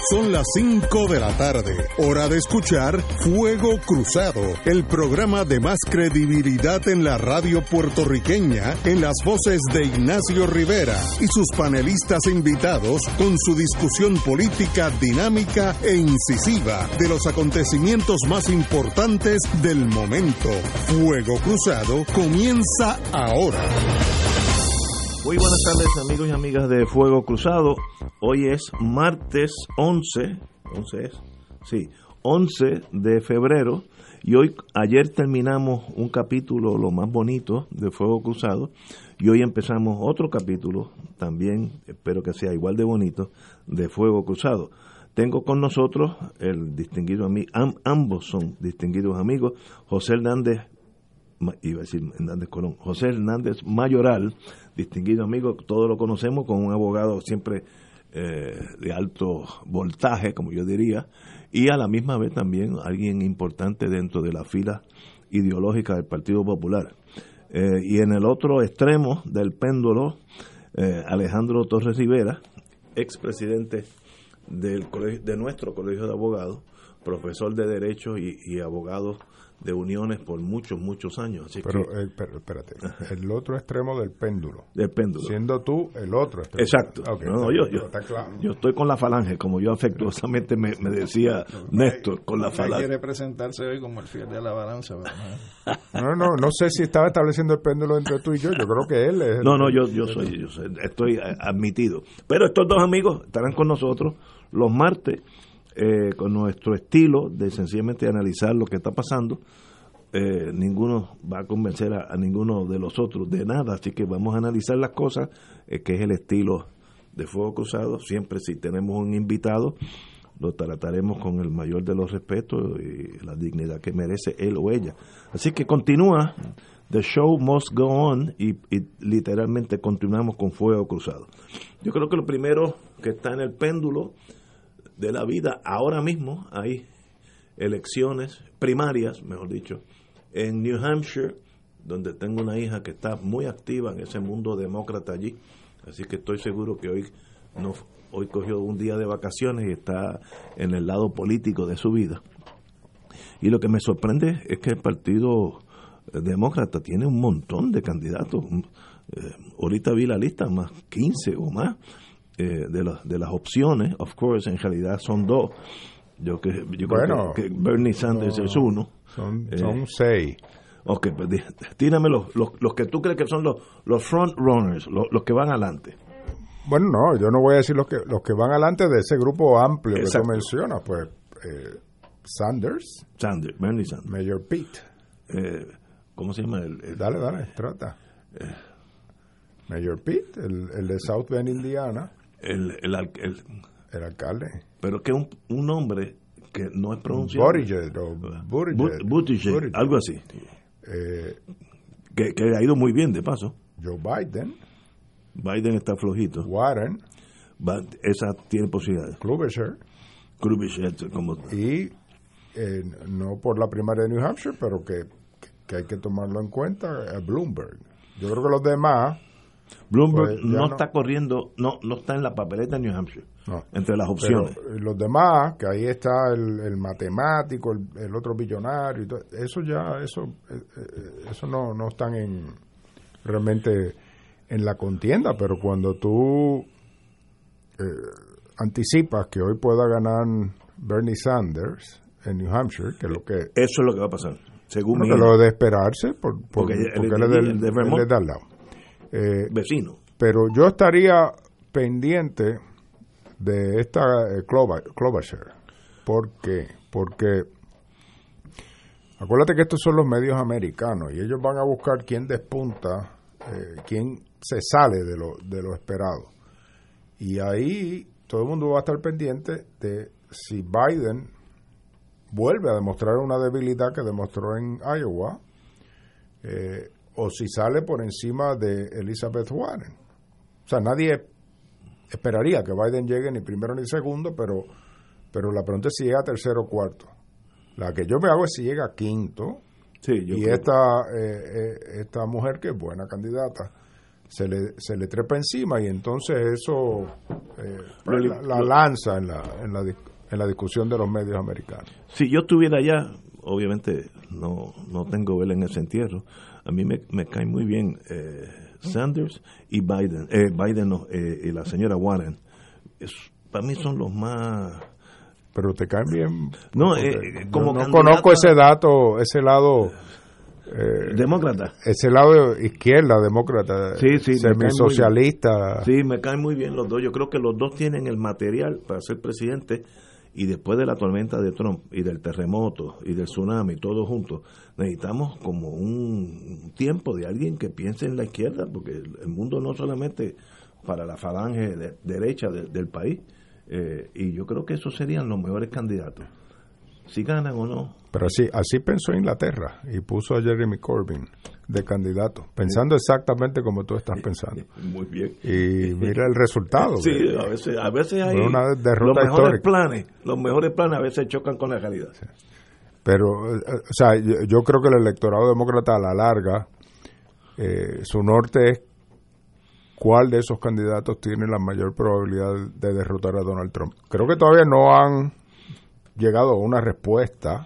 Son las 5 de la tarde, hora de escuchar Fuego Cruzado, el programa de más credibilidad en la radio puertorriqueña, en las voces de Ignacio Rivera y sus panelistas invitados con su discusión política dinámica e incisiva de los acontecimientos más importantes del momento. Fuego Cruzado comienza ahora. Muy buenas tardes, amigos y amigas de Fuego Cruzado. Hoy es martes 11 de febrero y ayer terminamos un capítulo, lo más bonito, de Fuego Cruzado, y hoy empezamos otro capítulo, también espero que sea igual de bonito, de Fuego Cruzado. Tengo con nosotros el distinguido amigo, ambos son distinguidos amigos, José Hernández Colón, José Hernández Mayoral, distinguido amigo, todos lo conocemos, con un abogado siempre de alto voltaje, como yo diría, y a la misma vez también alguien importante dentro de la fila ideológica del Partido Popular. Y en el otro extremo del péndulo, Alejandro Torres Rivera, expresidente de nuestro Colegio de Abogados, profesor de Derecho y abogado de uniones por muchos años. Así pero espérate, el otro extremo del péndulo. Del péndulo. Siendo tú el otro extremo. Exacto. Okay, está claro. Yo estoy con la falange, como yo afectuosamente me decía Néstor, con la falange. Quiere presentarse hoy como el fiel de la balanza. No sé si estaba estableciendo el péndulo entre tú y yo. Yo creo que él es... Yo estoy admitido. Pero estos dos amigos estarán con nosotros los martes, con nuestro estilo de sencillamente analizar lo que está pasando. Ninguno va a convencer a ninguno de los otros de nada, así que vamos a analizar las cosas, que es el estilo de Fuego Cruzado. Siempre, si tenemos un invitado, lo trataremos con el mayor de los respetos y la dignidad que merece él o ella. Así que continúa, the show must go on, y literalmente continuamos con Fuego Cruzado. Yo creo que lo primero que está en el péndulo de la vida, ahora mismo hay elecciones primarias, mejor dicho, en New Hampshire, donde tengo una hija que está muy activa en ese mundo demócrata allí, así que estoy seguro que hoy cogió un día de vacaciones y está en el lado político de su vida. Y lo que me sorprende es que el Partido Demócrata tiene un montón de candidatos. Ahorita vi la lista, más 15 o más. De las opciones, of course, en realidad son dos. Yo creo que Bernie Sanders es uno. Son 6. Ok, pues tírame los que tú crees que son los front runners, los que van adelante. Bueno, no, yo no voy a decir los que van adelante de ese grupo amplio. Exacto. Que tú mencionas, pues Sanders, Bernie Sanders, Mayor Pete. ¿Cómo se llama? Dale, trata. Mayor Pete, el de South Bend, Indiana. El alcalde. Pero que un nombre que no es pronunciable. Buttigieg, algo así. Que ha ido muy bien, de paso. Joe Biden. Biden está flojito. Warren. Esa tiene posibilidades. Klobuchar. Como... Y no por la primaria de New Hampshire, pero que hay que tomarlo en cuenta, Bloomberg. Yo creo que los demás... Bloomberg pues no está corriendo, no está en la papeleta de New Hampshire, entre las opciones. Pero los demás, que ahí está el matemático, el otro billonario, y todo, eso no están realmente en la contienda, pero cuando tú anticipas que hoy pueda ganar Bernie Sanders en New Hampshire, que es lo que... Eso es lo que va a pasar, según mi... Lo de esperarse, porque él es de al lado. Vecino. Pero yo estaría pendiente de esta Klobuchar. ¿Por qué? Porque acuérdate que estos son los medios americanos y ellos van a buscar quién despunta, quién se sale de lo esperado. Y ahí todo el mundo va a estar pendiente de si Biden vuelve a demostrar una debilidad que demostró en Iowa, o si sale por encima de Elizabeth Warren. O sea, nadie esperaría que Biden llegue ni primero ni segundo, pero la pregunta es si llega a tercero o cuarto. La que yo me hago es si llega a quinto. Sí, yo y creo. esta mujer, que es buena candidata, se le trepa encima y entonces eso la lanza en la discusión de los medios americanos. Si yo estuviera allá, obviamente no tengo vela en ese entierro. A mí me cae muy bien Sanders y Biden. Biden no, y la señora Warren. Para mí son los más... Pero te caen bien. No, como no conozco ese lado... demócrata. Ese lado izquierda, demócrata, sí, semisocialista. Sí, me caen muy bien los dos. Yo creo que los dos tienen el material para ser presidente, y después de la tormenta de Trump y del terremoto y del tsunami, todos juntos, necesitamos como un tiempo de alguien que piense en la izquierda, porque el mundo no solamente para la falange derecha del país, y yo creo que esos serían los mejores candidatos, si ganan o no. Pero así pensó Inglaterra y puso a Jeremy Corbyn de candidato, pensando exactamente como tú estás pensando. Muy bien. Y mira el resultado. Sí, a veces hay una derrota histórica. Los mejores planes a veces chocan con la realidad. Sí. Pero, o sea, yo creo que el electorado demócrata a la larga, su norte es cuál de esos candidatos tiene la mayor probabilidad de derrotar a Donald Trump. Creo que todavía no han llegado a una respuesta,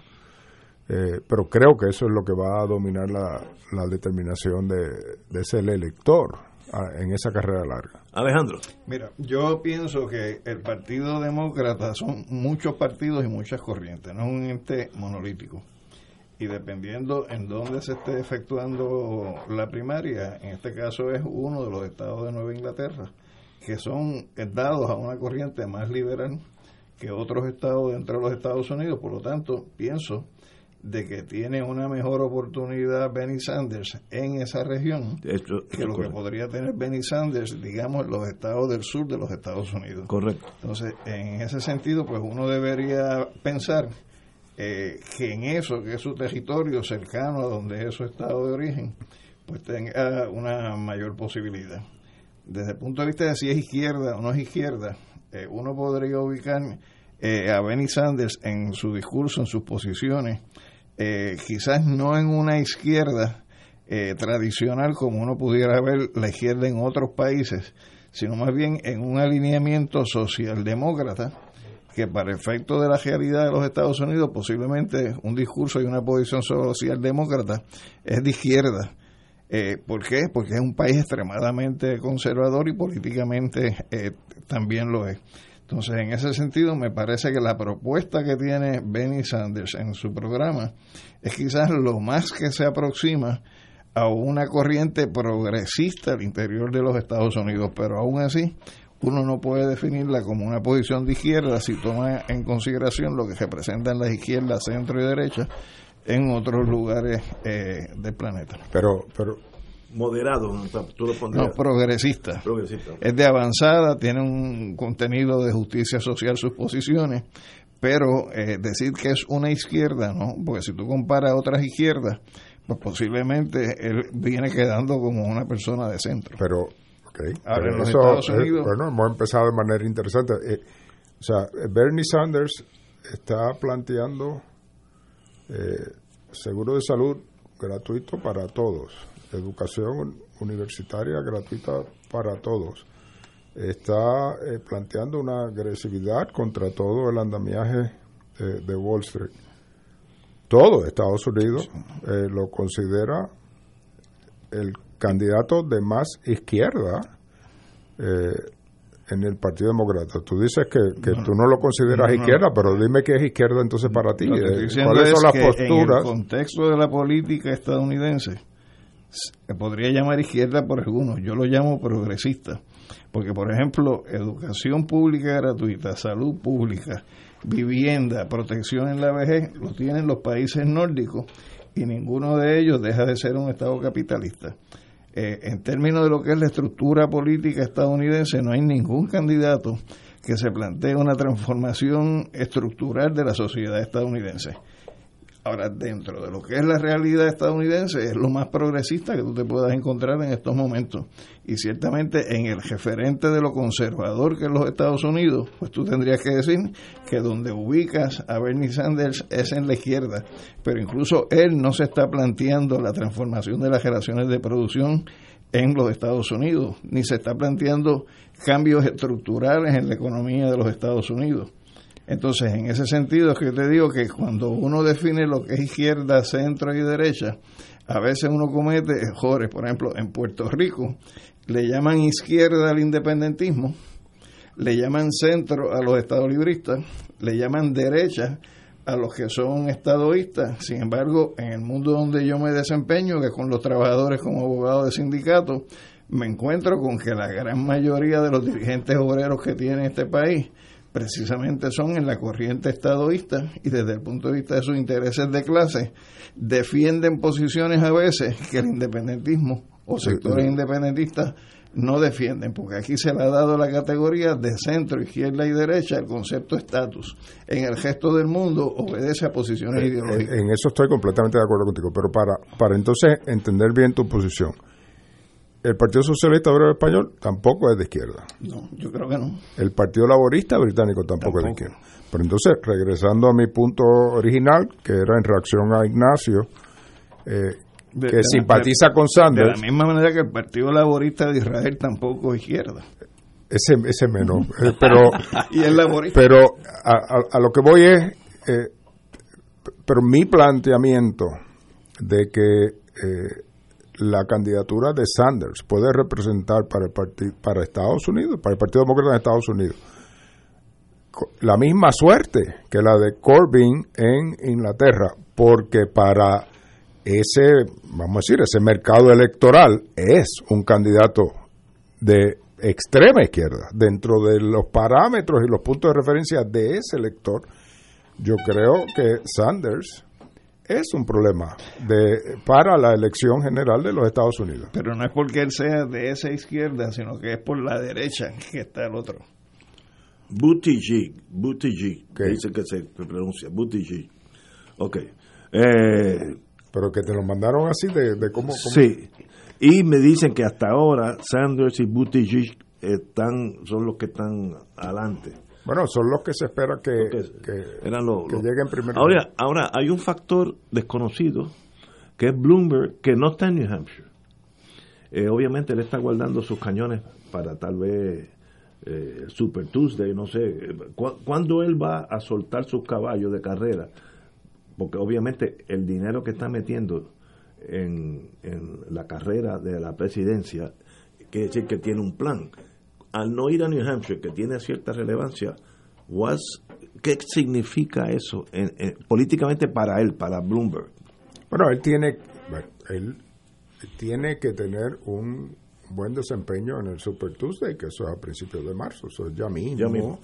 pero creo que eso es lo que va a dominar la determinación de ser el elector en esa carrera larga. Alejandro. Mira, yo pienso que el Partido Demócrata son muchos partidos y muchas corrientes, no es un ente monolítico. Y dependiendo en dónde se esté efectuando la primaria, en este caso es uno de los estados de Nueva Inglaterra, que son dados a una corriente más liberal que otros estados dentro de los Estados Unidos. Por lo tanto, pienso de que tiene una mejor oportunidad Bernie Sanders en esa región que lo que podría tener Bernie Sanders, digamos, en los estados del sur de los Estados Unidos. Correcto. Entonces, en ese sentido, pues uno debería pensar que en eso, que es su territorio cercano a donde es su estado de origen, pues tenga una mayor posibilidad. Desde el punto de vista de si es izquierda o no es izquierda, uno podría ubicar a Bernie Sanders en su discurso, en sus posiciones, quizás no en una izquierda tradicional como uno pudiera ver la izquierda en otros países, sino más bien en un alineamiento socialdemócrata que para efecto de la realidad de los Estados Unidos posiblemente un discurso y una posición socialdemócrata es de izquierda. ¿Por qué? Porque es un país extremadamente conservador y políticamente también lo es. Entonces, en ese sentido, me parece que la propuesta que tiene Bernie Sanders en su programa es quizás lo más que se aproxima a una corriente progresista al interior de los Estados Unidos, pero aún así uno no puede definirla como una posición de izquierda si toma en consideración lo que representan las izquierdas, centro y derecha en otros lugares del planeta. Pero moderado, tú lo pondrías. No, progresista. Es de avanzada, tiene un contenido de justicia social sus posiciones, pero decir que es una izquierda, ¿no? Porque si tú comparas otras izquierdas, pues posiblemente él viene quedando como una persona de centro. Pero ahora en los Estados Unidos, bueno, hemos empezado de manera interesante. O sea, Bernie Sanders está planteando seguro de salud gratuito para todos, educación universitaria gratuita para todos. Está planteando una agresividad contra todo el andamiaje de Wall Street. Todo Estados Unidos lo considera el candidato de más izquierda en el Partido Demócrata. Tú dices que tú no lo consideras izquierda, pero dime qué es izquierda entonces para ti. ¿Cuáles son las posturas? En el contexto de la política estadounidense se podría llamar izquierda por algunos, yo lo llamo progresista, porque por ejemplo, educación pública gratuita, salud pública, vivienda, protección en la vejez, lo tienen los países nórdicos y ninguno de ellos deja de ser un estado capitalista. En términos de lo que es la estructura política estadounidense, no hay ningún candidato que se plantee una transformación estructural de la sociedad estadounidense. Ahora, dentro de lo que es la realidad estadounidense, es lo más progresista que tú te puedas encontrar en estos momentos. Y ciertamente en el referente de lo conservador que es los Estados Unidos, pues tú tendrías que decir que donde ubicas a Bernie Sanders es en la izquierda. Pero incluso él no se está planteando la transformación de las relaciones de producción en los Estados Unidos, ni se está planteando cambios estructurales en la economía de los Estados Unidos. Entonces, en ese sentido es que te digo que cuando uno define lo que es izquierda, centro y derecha, a veces uno comete errores. Por ejemplo, en Puerto Rico le llaman izquierda al independentismo, le llaman centro a los estadolibristas, le llaman derecha a los que son estadoístas. Sin embargo, en el mundo donde yo me desempeño, que es con los trabajadores como abogado de sindicato, me encuentro con que la gran mayoría de los dirigentes obreros que tiene este país precisamente son en la corriente estadoísta, y desde el punto de vista de sus intereses de clase defienden posiciones a veces que el independentismo o sectores independentistas no defienden, porque aquí se le ha dado la categoría de centro, izquierda y derecha, el concepto estatus. En el resto del mundo obedece a posiciones ideológicas. En eso estoy completamente de acuerdo contigo, pero para entonces entender bien tu posición, el Partido Socialista Obrero Español tampoco es de izquierda. No, yo creo que no. El Partido Laborista Británico tampoco es de izquierda. Pero entonces, regresando a mi punto original, que era en reacción a Ignacio, que simpatiza con Sanders. De la misma manera que el Partido Laborista de Israel tampoco es izquierda. Ese menos. Pero, y el laborista. Pero a lo que voy es, pero mi planteamiento de que la candidatura de Sanders puede representar para Estados Unidos, para el Partido Demócrata de Estados Unidos, la misma suerte que la de Corbyn en Inglaterra, porque para ese mercado electoral es un candidato de extrema izquierda. Dentro de los parámetros y los puntos de referencia de ese elector, yo creo que Sanders es un problema para la elección general de los Estados Unidos. Pero no es porque él sea de esa izquierda, sino que es por la derecha que está el otro. Buttigieg, dice que se pronuncia, Buttigieg. Ok. Pero que te lo mandaron así de cómo... Sí, y me dicen que hasta ahora Sanders y Buttigieg son los que están adelante. Bueno, son los que se espera que lleguen primero. Ahora, hay un factor desconocido, que es Bloomberg, que no está en New Hampshire. Obviamente él está guardando sus cañones para tal vez Super Tuesday, no sé. ¿Cuándo él va a soltar sus caballos de carrera? Porque obviamente el dinero que está metiendo en la carrera de la presidencia quiere decir que tiene un plan. Al no ir a New Hampshire, que tiene cierta relevancia, ¿qué significa eso políticamente para él, para Bloomberg? Bueno, él tiene que tener un buen desempeño en el Super Tuesday, que eso es a principios de marzo, eso es ya mismo.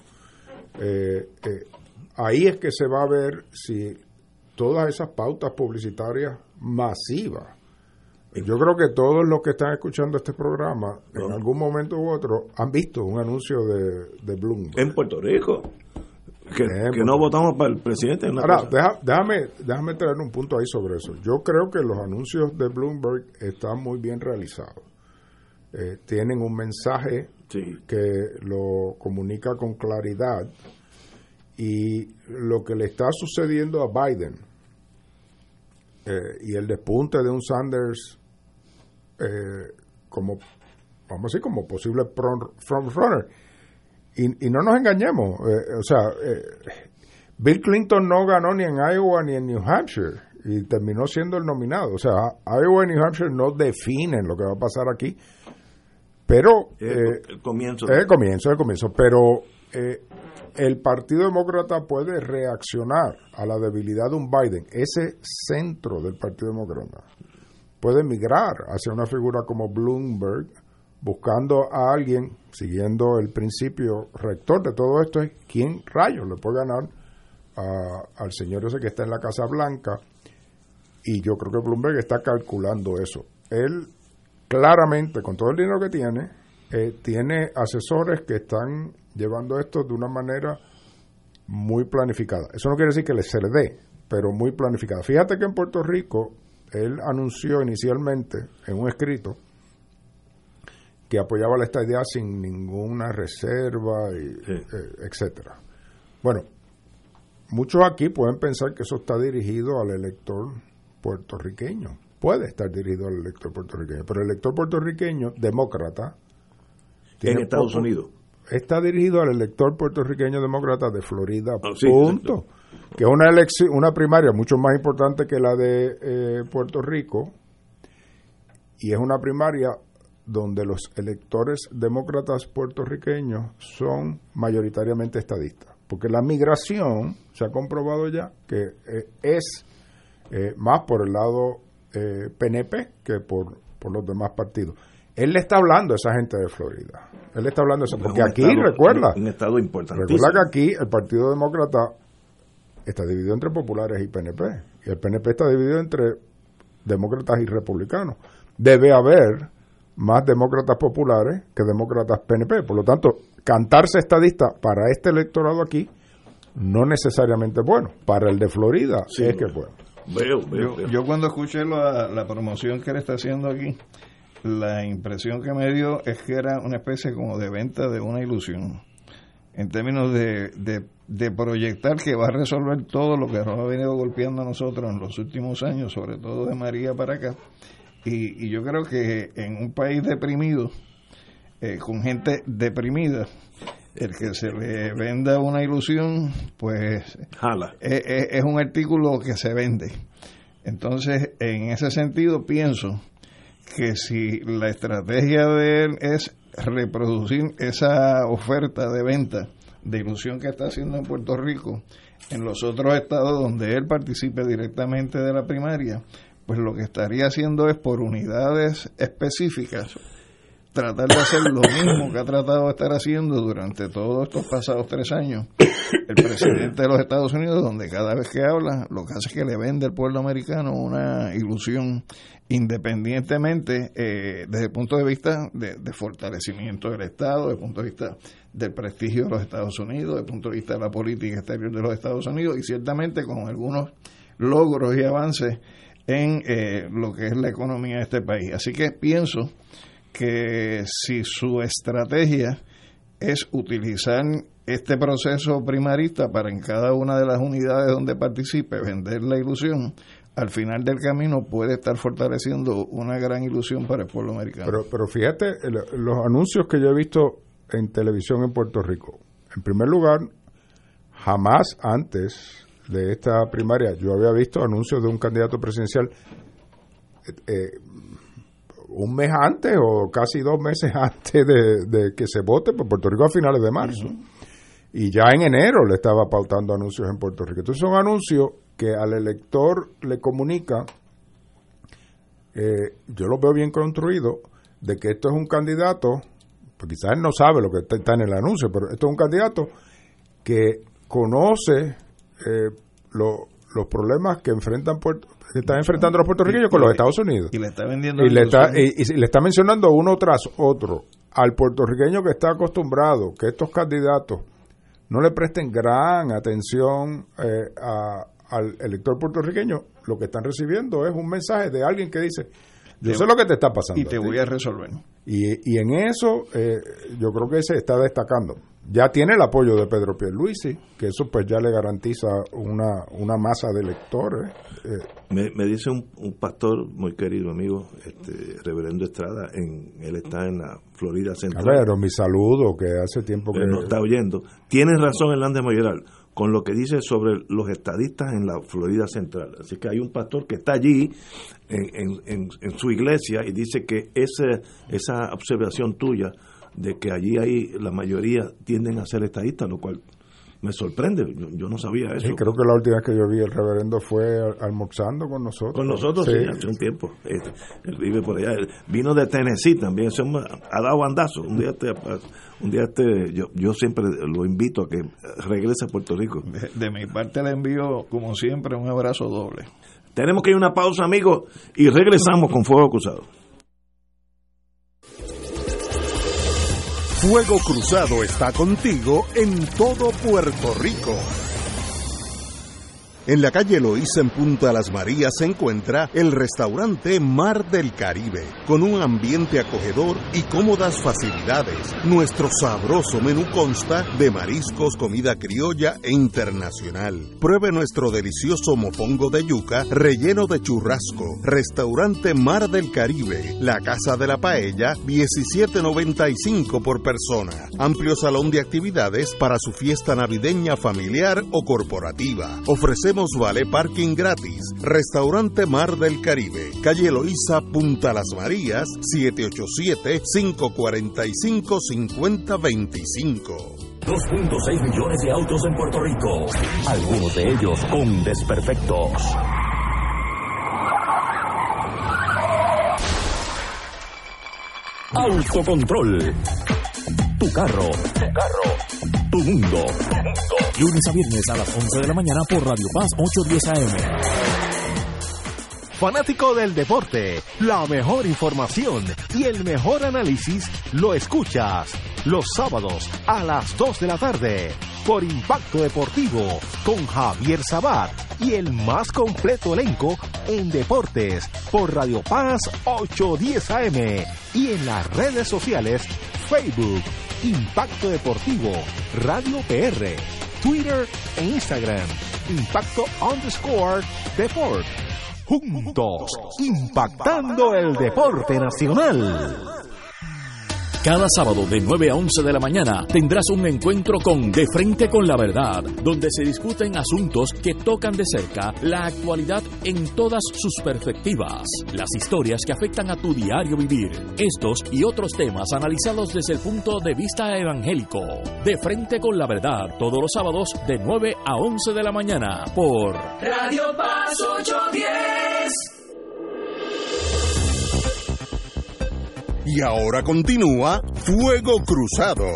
Ahí es que se va a ver si todas esas pautas publicitarias masivas. Yo creo que todos los que están escuchando este programa, en algún momento u otro, han visto un anuncio de Bloomberg. En Puerto Rico. Que no votamos para el presidente. Ahora, déjame traer un punto ahí sobre eso. Yo creo que los anuncios de Bloomberg están muy bien realizados. Tienen un mensaje que lo comunica con claridad, y lo que le está sucediendo a Biden y el despunte de un Sanders como posible frontrunner, y no nos engañemos, Bill Clinton no ganó ni en Iowa ni en New Hampshire y terminó siendo el nominado. O sea, Iowa y New Hampshire no definen lo que va a pasar aquí, pero el comienzo, pero el Partido Demócrata puede reaccionar a la debilidad de un Biden. Ese centro del Partido Demócrata puede migrar hacia una figura como Bloomberg, buscando a alguien, siguiendo el principio rector de todo esto, es quién rayos le puede ganar al señor ese que está en la Casa Blanca. Y yo creo que Bloomberg está calculando eso. Él claramente, con todo el dinero que tiene asesores que están llevando esto de una manera muy planificada. Eso no quiere decir que se le dé, pero muy planificada. Fíjate que en Puerto Rico él anunció inicialmente en un escrito que apoyaba la estadidad sin ninguna reserva, etcétera. Bueno, muchos aquí pueden pensar que eso está dirigido al elector puertorriqueño, puede estar dirigido al elector puertorriqueño. Pero el elector puertorriqueño, demócrata, en Estados Unidos, está dirigido al elector puertorriqueño demócrata de Florida, sí, punto. Exacto. Que es una primaria mucho más importante que la de Puerto Rico, y es una primaria donde los electores demócratas puertorriqueños son mayoritariamente estadistas. Porque la migración se ha comprobado ya que es más por el lado PNP que por los demás partidos. Él le está hablando a esa gente de Florida. Él le está hablando a eso. Porque aquí, recuerda, un estado importantísimo. Recuerda que aquí el Partido Demócrata está dividido entre populares y PNP. Y el PNP está dividido entre demócratas y republicanos. Debe haber más demócratas populares que demócratas PNP. Por lo tanto, cantarse estadista para este electorado aquí no necesariamente es bueno. Para el de Florida sí, es que es bueno. Veo. Yo cuando escuché la promoción que él está haciendo aquí, la impresión que me dio es que era una especie como de venta de una ilusión, en términos de proyectar que va a resolver todo lo que nos ha venido golpeando a nosotros en los últimos años, sobre todo de María para acá. Y yo creo que en un país deprimido, con gente deprimida, el que se le venda una ilusión, pues es un artículo que se vende. Entonces, en ese sentido, pienso que si la estrategia de él es reproducir esa oferta de venta de ilusión que está haciendo en Puerto Rico, en los otros estados donde él participe directamente de la primaria, pues lo que estaría haciendo es por unidades específicas tratar de hacer lo mismo que ha tratado de estar haciendo durante todos estos pasados 3 años el presidente de los Estados Unidos, donde cada vez que habla lo que hace es que le vende al pueblo americano una ilusión, independientemente desde el punto de vista de fortalecimiento del Estado, desde el punto de vista del prestigio de los Estados Unidos, desde el punto de vista de la política exterior de los Estados Unidos, y ciertamente con algunos logros y avances en lo que es la economía de este país. Así que pienso que si su estrategia es utilizar este proceso primarista para en cada una de las unidades donde participe vender la ilusión, al final del camino puede estar fortaleciendo una gran ilusión para el pueblo americano. Pero fíjate, los anuncios que yo he visto en televisión en Puerto Rico. En primer lugar, jamás antes de esta primaria yo había visto anuncios de un candidato presidencial un mes antes o casi 2 meses antes de que se vote por Puerto Rico a finales de marzo. Uh-huh. Y ya en enero le estaba pautando anuncios en Puerto Rico. Entonces son anuncios que al elector le comunica, yo lo veo bien construido, de que esto es un candidato, pues quizás él no sabe lo que está en el anuncio, pero esto es un candidato que conoce los problemas que están enfrentando los puertorriqueños con los Estados Unidos. Y le está vendiendo y le está mencionando uno tras otro al puertorriqueño que está acostumbrado que estos candidatos no le presten gran atención al elector puertorriqueño. Lo que están recibiendo es un mensaje de alguien que dice: yo sé lo que te está pasando y te voy a resolver. Y en eso yo creo que se está destacando. Ya tiene el apoyo de Pedro Pierluisi, que eso pues ya le garantiza una masa de electores. Me dice un pastor muy querido amigo, reverendo Estrada, él está en la Florida Central. A ver, mi saludo, que hace tiempo que nos está oyendo. Tienes razón, Hernández Mayoral, con lo que dice sobre los estadistas en la Florida Central. Así que hay un pastor que está allí en su iglesia y dice que esa observación tuya de que allí la mayoría tienden a ser estadistas, lo cual me sorprende, yo no sabía eso. Sí, creo que la última vez que yo vi el reverendo fue almorzando con nosotros. Con nosotros, sí, hace un tiempo. Él vive por allá, él vino de Tennessee también, ha dado bandazo. Un día yo siempre lo invito a que regrese a Puerto Rico. De mi parte le envío, como siempre, un abrazo doble. Tenemos que ir a una pausa, amigos, y regresamos con Fuego Cruzado. Fuego Cruzado está contigo en todo Puerto Rico. En la calle Loíza en Punta Las Marías se encuentra el restaurante Mar del Caribe, con un ambiente acogedor y cómodas facilidades. Nuestro sabroso menú consta de mariscos, comida criolla e internacional. Pruebe nuestro delicioso mofongo de yuca relleno de churrasco. Restaurante Mar del Caribe, la Casa de la Paella, $17.95 por persona. Amplio salón de actividades para su fiesta navideña familiar o corporativa. Ofrecemos vale parking gratis. Restaurante Mar del Caribe, calle Loíza, Punta Las Marías, 787-545-5025. 2.6 millones de autos en Puerto Rico, algunos de ellos con desperfectos. Autocontrol. Tu carro. Tu mundo. Lunes a viernes a las 11 de la mañana por Radio Paz 810 AM. Fanático del deporte, la mejor información y el mejor análisis lo escuchas los sábados a las 2 de la tarde por Impacto Deportivo con Javier Sabat y el más completo elenco en deportes por Radio Paz 810 AM y en las redes sociales Facebook, Impacto Deportivo, Radio PR, Twitter e Instagram, Impacto_Deport. Juntos, impactando el deporte nacional. Cada sábado de 9 a 11 de la mañana tendrás un encuentro con De Frente con la Verdad, donde se discuten asuntos que tocan de cerca la actualidad en todas sus perspectivas, las historias que afectan a tu diario vivir, estos y otros temas analizados desde el punto de vista evangélico. De Frente con la Verdad, todos los sábados de 9 a 11 de la mañana por Radio Paz 810. Y ahora continúa Fuego Cruzado.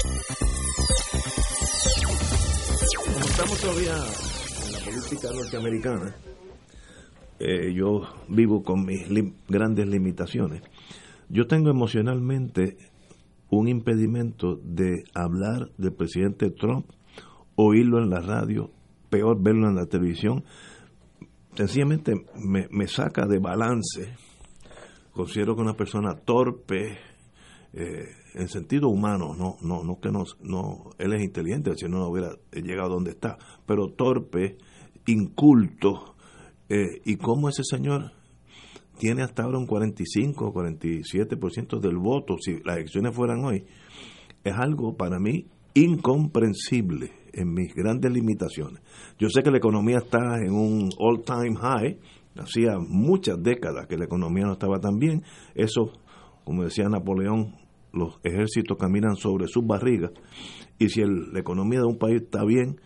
Como estamos todavía en la política norteamericana, yo vivo con mis grandes limitaciones. Yo tengo emocionalmente un impedimento de hablar del presidente Trump, oírlo en la radio, peor verlo en la televisión. Sencillamente me saca de balance. Considero que una persona torpe, en sentido humano, no que no, él es inteligente, si no hubiera llegado donde está, pero torpe, inculto, y cómo ese señor tiene hasta ahora un 45 o 47% del voto, si las elecciones fueran hoy, es algo para mí incomprensible en mis grandes limitaciones. Yo sé que la economía está en un all-time high. Hacía muchas décadas que la economía no estaba tan bien. Eso, como decía Napoleón, los ejércitos caminan sobre sus barrigas. Y si la economía de un país está bien,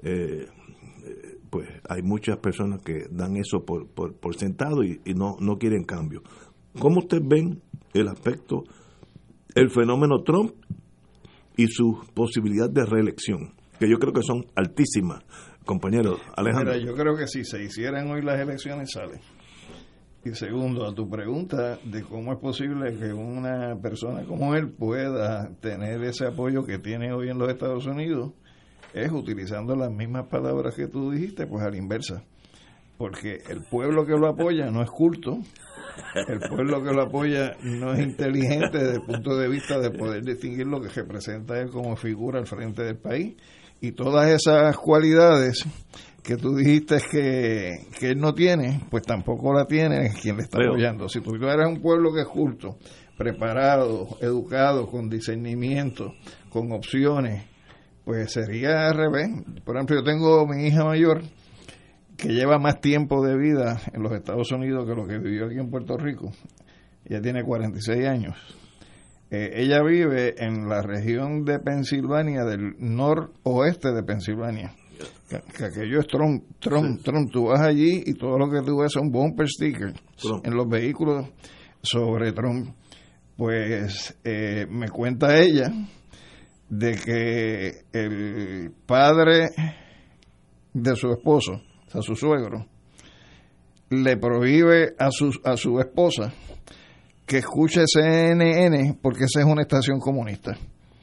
pues hay muchas personas que dan eso por sentado y no quieren cambio. ¿Cómo ustedes ven el aspecto, el fenómeno Trump y su posibilidad de reelección? Que yo creo que son altísimas. Compañero Alejandro. Mira, yo creo que si se hicieran hoy las elecciones sale. Y segundo, a tu pregunta de cómo es posible que una persona como él pueda tener ese apoyo que tiene hoy en los Estados Unidos, es utilizando las mismas palabras que tú dijiste, pues a la inversa. Porque el pueblo que lo apoya no es culto, el pueblo que lo apoya no es inteligente desde el punto de vista de poder distinguir lo que representa él como figura al frente del país. Y todas esas cualidades que tú dijiste que él no tiene, pues tampoco la tiene quien le está apoyando. Si tú eres un pueblo que es culto, preparado, educado, con discernimiento, con opciones, pues sería al revés. Por ejemplo, yo tengo mi hija mayor que lleva más tiempo de vida en los Estados Unidos que lo que vivió aquí en Puerto Rico. Ella tiene 46 años. Ella vive en la región de Pensilvania, del noroeste de Pensilvania. Que aquello es Trump. Tú vas allí y todo lo que tú ves son bumper stickers en los vehículos sobre Trump. Pues me cuenta ella de que el padre de su esposo, o sea, su suegro, le prohíbe a su esposa que escuche CNN porque esa es una estación comunista.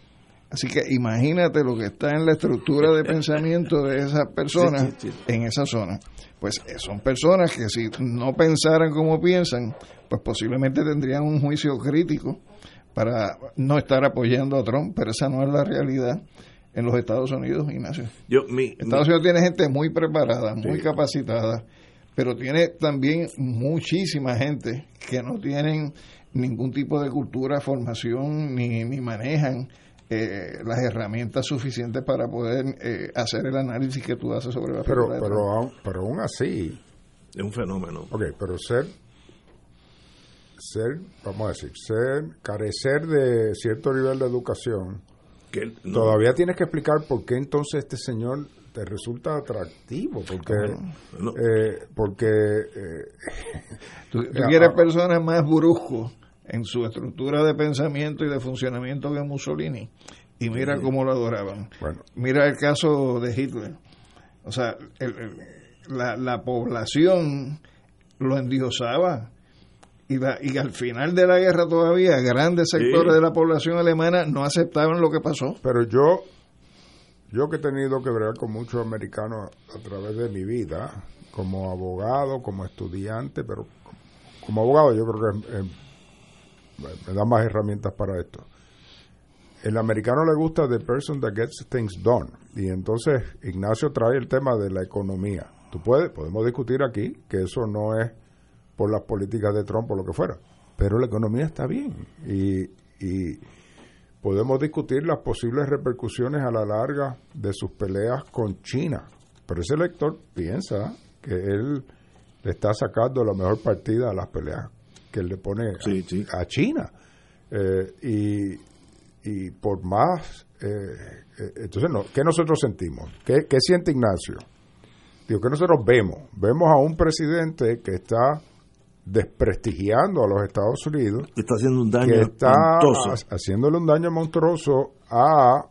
Así que imagínate lo que está en la estructura de pensamiento de esas personas en esa zona. Pues son personas que si no pensaran como piensan, pues posiblemente tendrían un juicio crítico para no estar apoyando a Trump, pero esa no es la realidad en los Estados Unidos, Ignacio. Estados Unidos tiene gente muy preparada, muy capacitada, pero tiene también muchísima gente que no tienen ningún tipo de cultura, formación, ni manejan las herramientas suficientes para poder hacer el análisis que tú haces sobre la figura de Trump. Pero aún así es un fenómeno. Pero vamos a decir, carecer de cierto nivel de educación, todavía tienes que explicar por qué entonces este señor te resulta atractivo, porque tú quieres personas más bruscos en su estructura de pensamiento y de funcionamiento que Mussolini, y mira cómo lo adoraban. Mira el caso de Hitler, o sea, la población lo endiosaba, y al final de la guerra todavía grandes sectores de la población alemana no aceptaban lo que pasó. Pero yo que he tenido que bregar con muchos americanos a través de mi vida, como abogado, como estudiante, pero como abogado yo creo que me da más herramientas para esto. El americano le gusta the person that gets things done, y entonces Ignacio trae el tema de la economía. Podemos discutir aquí que eso no es por las políticas de Trump o lo que fuera, pero la economía está bien, y podemos discutir las posibles repercusiones a la larga de sus peleas con China, pero ese elector piensa que él le está sacando la mejor partida a las peleas que él le pone a China, y por más entonces ¿qué nosotros sentimos? ¿Qué siente Ignacio? Digo, que nosotros vemos a un presidente que está desprestigiando a los Estados Unidos, está haciendo un daño haciéndole un daño monstruoso a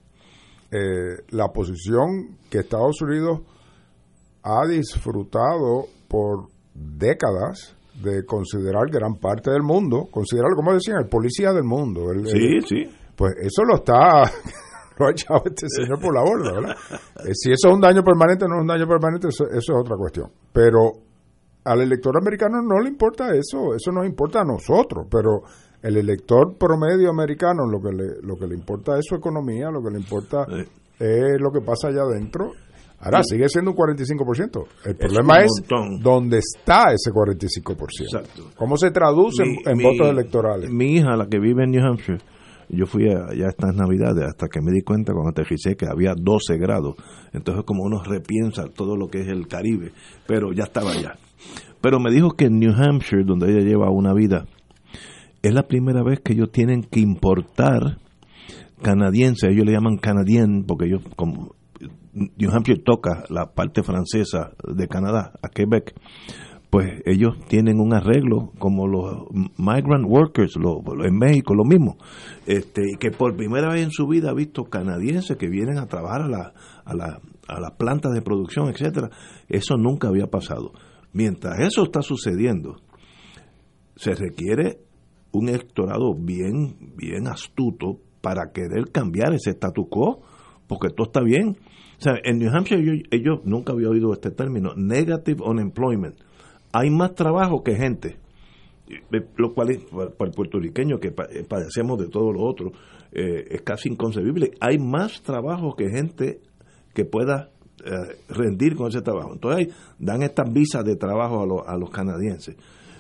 la posición que Estados Unidos ha disfrutado por décadas de considerar gran parte del mundo, considerarlo, como decían, el policía del mundo. Pues eso lo ha echado este señor por la borda, ¿verdad? Si eso es un daño permanente o no es un daño permanente, eso es otra cuestión. Pero al elector americano no le importa eso nos importa a nosotros, pero el elector promedio americano lo que le importa es su economía, lo que le importa es lo que pasa allá adentro. Ahora sigue siendo un 45%. El problema es dónde está ese 45%. Exacto. ¿Cómo se traduce en votos electorales? Mi hija, la que vive en New Hampshire, yo fui allá estas Navidades hasta que me di cuenta cuando aterricé que había 12 grados. Entonces como uno repiensa todo lo que es el Caribe, pero ya estaba allá. Pero me dijo que en New Hampshire, donde ella lleva una vida, es la primera vez que ellos tienen que importar canadienses. Ellos le llaman canadien porque ellos, como New Hampshire toca la parte francesa de Canadá, a Quebec, pues ellos tienen un arreglo como los migrant workers en México, lo mismo, y que por primera vez en su vida ha visto canadienses que vienen a trabajar a las plantas de producción, etcétera. Eso nunca había pasado. Mientras eso está sucediendo, se requiere un electorado bien astuto para querer cambiar ese status quo, porque todo está bien. O sea, en New Hampshire ellos nunca había oído este término, negative unemployment. Hay más trabajo que gente, lo cual es, para el puertorriqueño que padecemos de todo lo otro, es casi inconcebible. Hay más trabajo que gente que pueda rendir con ese trabajo. Entonces dan estas visas de trabajo a los canadienses.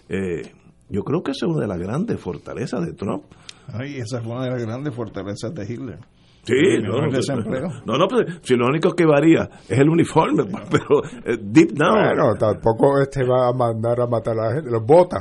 Yo creo que esa es una de las grandes fortalezas de Trump. Ay, esa fue una de las grandes fortalezas de Hitler. Sí, no, pues, si lo único que varía es el uniforme, pero deep down. Bueno, tampoco va a mandar a matar a la gente, los bota.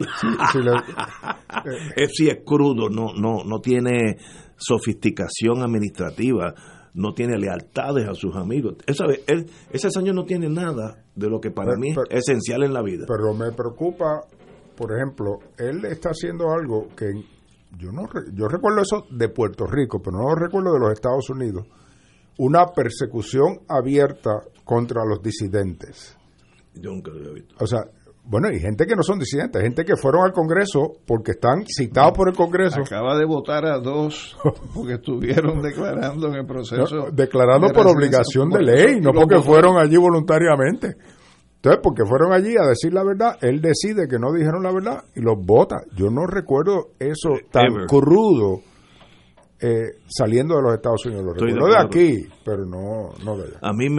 Sí, es crudo, no tiene sofisticación administrativa, no tiene lealtades a sus amigos. Ese señor no tiene nada de lo que para mí es esencial en la vida. Pero me preocupa, por ejemplo, él está haciendo algo que yo recuerdo eso de Puerto Rico, pero no lo recuerdo de los Estados Unidos. Una persecución abierta contra los disidentes. Yo nunca lo había visto. O sea, Bueno, y gente que no son disidentes, gente que fueron al Congreso porque están citados por el Congreso. Acaba de votar a 2 porque estuvieron declarando en el proceso. No, declarando por obligación de ley, no porque fueron allí voluntariamente. Entonces, porque fueron allí a decir la verdad, él decide que no dijeron la verdad y los vota. Yo no recuerdo eso tan crudo saliendo de los Estados Unidos. Lo recuerdo de aquí, pero no de allá. A mí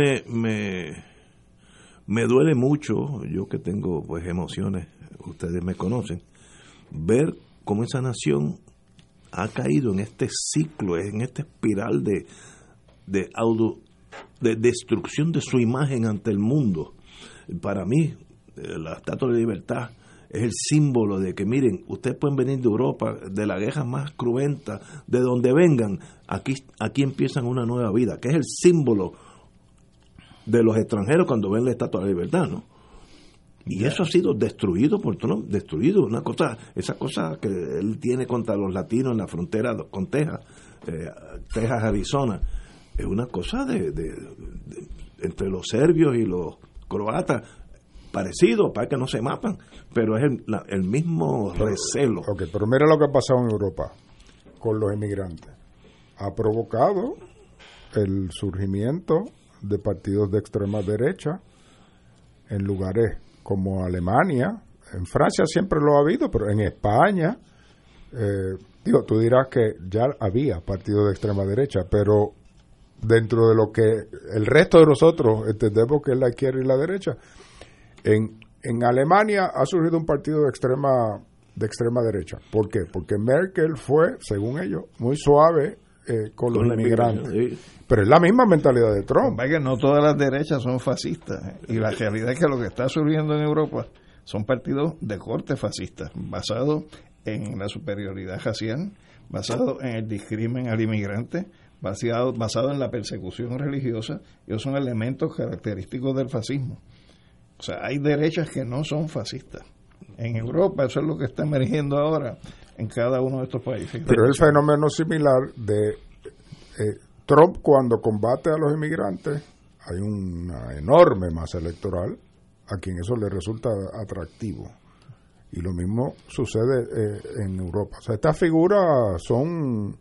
me duele mucho, yo que tengo pues emociones, ustedes me conocen, ver cómo esa nación ha caído en este ciclo, en esta espiral de destrucción de su imagen ante el mundo. Para mí, la Estatua de la Libertad es el símbolo de que, miren, ustedes pueden venir de Europa, de la guerra más cruenta, de donde vengan, aquí empiezan una nueva vida, que es el símbolo de los extranjeros cuando ven la Estatua de la Libertad, ¿no? Y eso ha sido destruido por Trump, destruido. Esa cosa que él tiene contra los latinos en la frontera con Texas, Arizona, es una cosa de entre los serbios y los croatas, parecido, para que no se mapan, pero es el mismo recelo. Ok, pero mira lo que ha pasado en Europa con los inmigrantes. Ha provocado el surgimiento de partidos de extrema derecha en lugares como Alemania. En Francia siempre lo ha habido, pero en España, tú dirás que ya había partidos de extrema derecha, pero dentro de lo que el resto de nosotros entendemos que es la izquierda y la derecha, en Alemania ha surgido un partido de extrema derecha. ¿Por qué? Porque Merkel fue, según ellos, muy suave con los inmigrantes. Sí. Pero es la misma mentalidad de Trump. Que no todas las derechas son fascistas. Y la realidad es que lo que está surgiendo en Europa son partidos de corte fascista, basados en la superioridad racial, basados en el discrimen al inmigrante, basado en la persecución religiosa. Y esos son elementos característicos del fascismo. O sea, hay derechas que no son fascistas. En Europa eso es lo que está emergiendo ahora en cada uno de estos países. Pero el fenómeno similar de Trump, cuando combate a los inmigrantes, hay una enorme masa electoral a quien eso le resulta atractivo. Y lo mismo sucede en Europa. O sea, estas figuras son...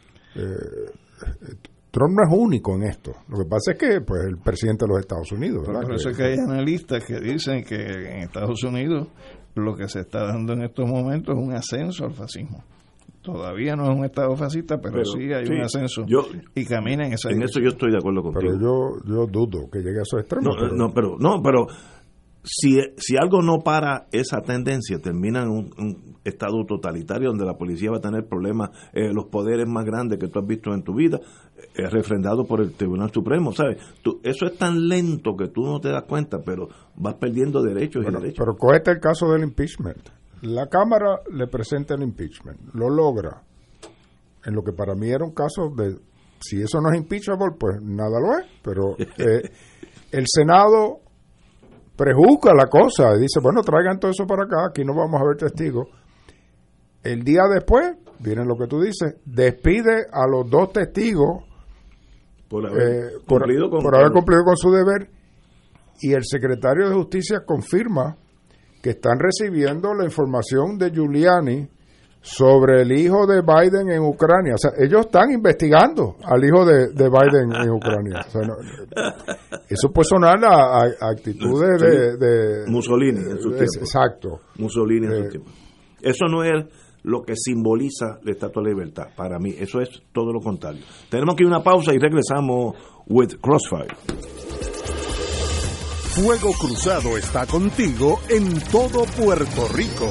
Trump no es único en esto. Lo que pasa es que pues el presidente de los Estados Unidos, ¿verdad? Por eso es que hay analistas que dicen que en Estados Unidos lo que se está dando en estos momentos es un ascenso al fascismo. Todavía no es un estado fascista, pero sí hay un ascenso y camina en esa dirección. Eso yo estoy de acuerdo contigo. Pero yo dudo que llegue a esos extremos. Pero si algo no para esa tendencia, termina en un estado totalitario donde la policía va a tener problemas, los poderes más grandes que tú has visto en tu vida, refrendado por el Tribunal Supremo, ¿sabes? Eso es tan lento que tú no te das cuenta, pero vas perdiendo derechos y derechos. Pero cógete el caso del impeachment. La Cámara le presenta el impeachment, lo logra, en lo que para mí era un caso de, si eso no es impeachable, pues nada lo es, pero el Senado prejuzga la cosa y dice, bueno, traigan todo eso para acá, aquí no vamos a ver testigos. El día después, viene lo que tú dices, despide a los 2 testigos por haber cumplido con su deber, y el secretario de Justicia confirma que están recibiendo la información de Giuliani sobre el hijo de Biden en Ucrania. O sea, ellos están investigando al hijo de Biden en Ucrania. O sea, eso puede sonar a actitudes de Mussolini en su tiempo. Exacto. Mussolini en su tiempo. Eso no es lo que simboliza la Estatua de la Libertad. Para mí, eso es todo lo contrario. Tenemos que ir a una pausa y regresamos with Crossfire. Fuego Cruzado está contigo en todo Puerto Rico.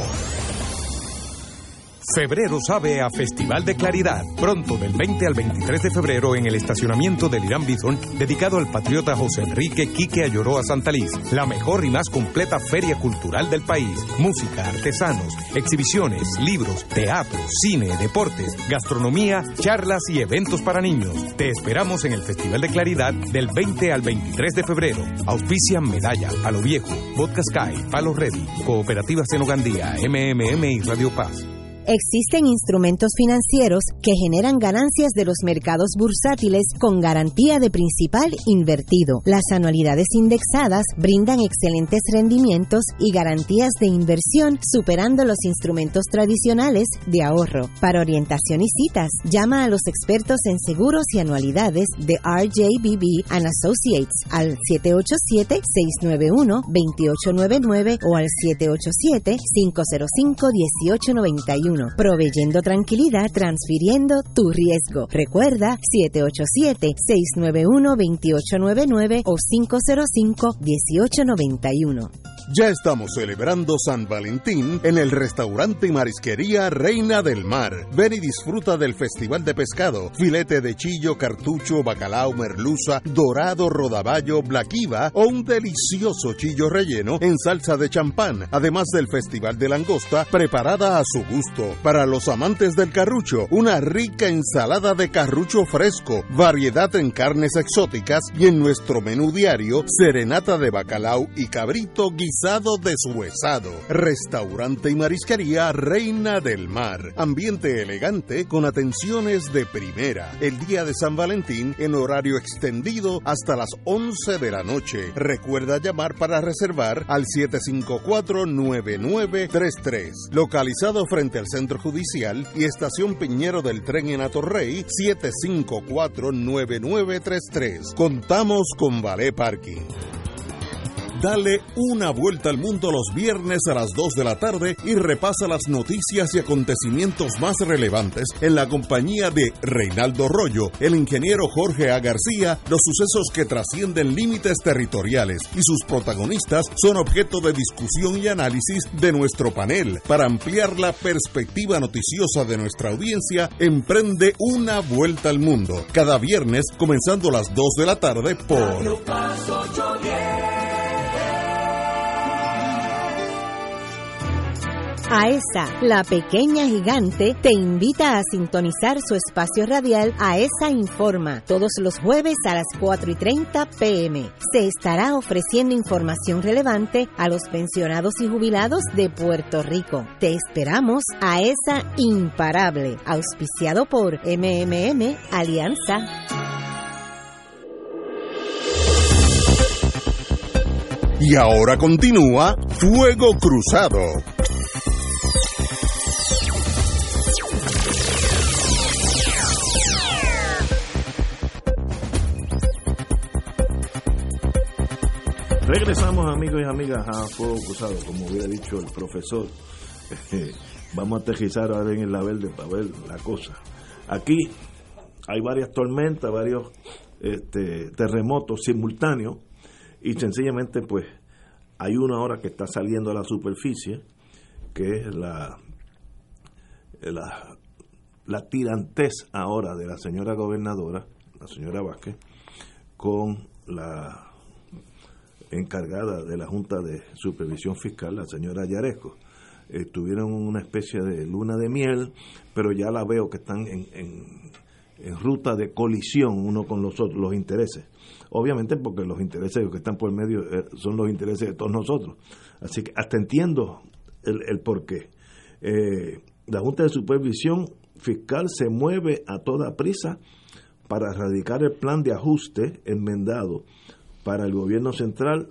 Febrero sabe a Festival de Claridad. Pronto, del 20 al 23 de febrero, en el estacionamiento del Irán Bithorn, dedicado al patriota José Enrique Quique Ayoroa Santaliz. La mejor y más completa feria cultural del país. Música, artesanos, exhibiciones, libros, teatro, cine, deportes, gastronomía, charlas y eventos para niños. Te esperamos en el Festival de Claridad del 20 al 23 de febrero. Auspician Medalla, Palo Viejo, Vodka Sky, Palo Ready, Cooperativa Senogandía, MMM y Radio Paz. Existen instrumentos financieros que generan ganancias de los mercados bursátiles con garantía de principal invertido. Las anualidades indexadas brindan excelentes rendimientos y garantías de inversión superando los instrumentos tradicionales de ahorro. Para orientación y citas, llama a los expertos en seguros y anualidades de RJBB & Associates al 787-691-2899 o al 787-505-1891. Proveyendo tranquilidad, transfiriendo tu riesgo. Recuerda 787-691-2899 o 505-1891. Ya estamos celebrando San Valentín en el restaurante y marisquería Reina del Mar. Ven y disfruta del festival de pescado, filete de chillo, cartucho, bacalao, merluza, dorado, rodaballo, blaquiva o un delicioso chillo relleno en salsa de champán, además del festival de langosta preparada a su gusto. Para los amantes del carrucho, una rica ensalada de carrucho fresco, variedad en carnes exóticas y en nuestro menú diario, serenata de bacalao y cabrito guisado deshuesado. Restaurante y marisquería Reina del Mar. Ambiente elegante con atenciones de primera. El día de San Valentín en horario extendido hasta las 11 de la noche. Recuerda llamar para reservar al 754-9933. Localizado frente al Centro Judicial y Estación Piñero del Tren en Atorrey, 754-9933. Contamos con Valet Parking. Dale una vuelta al mundo los viernes a las 2 de la tarde y repasa las noticias y acontecimientos más relevantes en la compañía de Reinaldo Rollo, el ingeniero Jorge A. García, los sucesos que trascienden límites territoriales y sus protagonistas son objeto de discusión y análisis de nuestro panel. Para ampliar la perspectiva noticiosa de nuestra audiencia, emprende una vuelta al mundo. Cada viernes, comenzando a las 2 de la tarde por AESA, la pequeña gigante, te invita a sintonizar su espacio radial AESA Informa, todos los jueves a las 4:30 p.m. Se estará ofreciendo información relevante a los pensionados y jubilados de Puerto Rico. Te esperamos, AESA Imparable, auspiciado por MMM Alianza. Y ahora continúa Fuego Cruzado. Regresamos, amigos y amigas, a Fuego Cruzado, como hubiera dicho el profesor. Vamos a aterrizar ahora en la verde para ver la cosa. Aquí hay varias tormentas, varios terremotos simultáneos y sencillamente pues hay una hora que está saliendo a la superficie, que es la tirantez ahora de la señora gobernadora, la señora Vázquez, con la encargada de la Junta de Supervisión Fiscal, la señora Yaresco. Tuvieron una especie de luna de miel, pero ya la veo que están en ruta de colisión uno con los otros, los intereses. Obviamente porque los intereses que están por medio son los intereses de todos nosotros. Así que hasta entiendo el porqué. La Junta de Supervisión Fiscal se mueve a toda prisa para erradicar el plan de ajuste enmendado para el gobierno central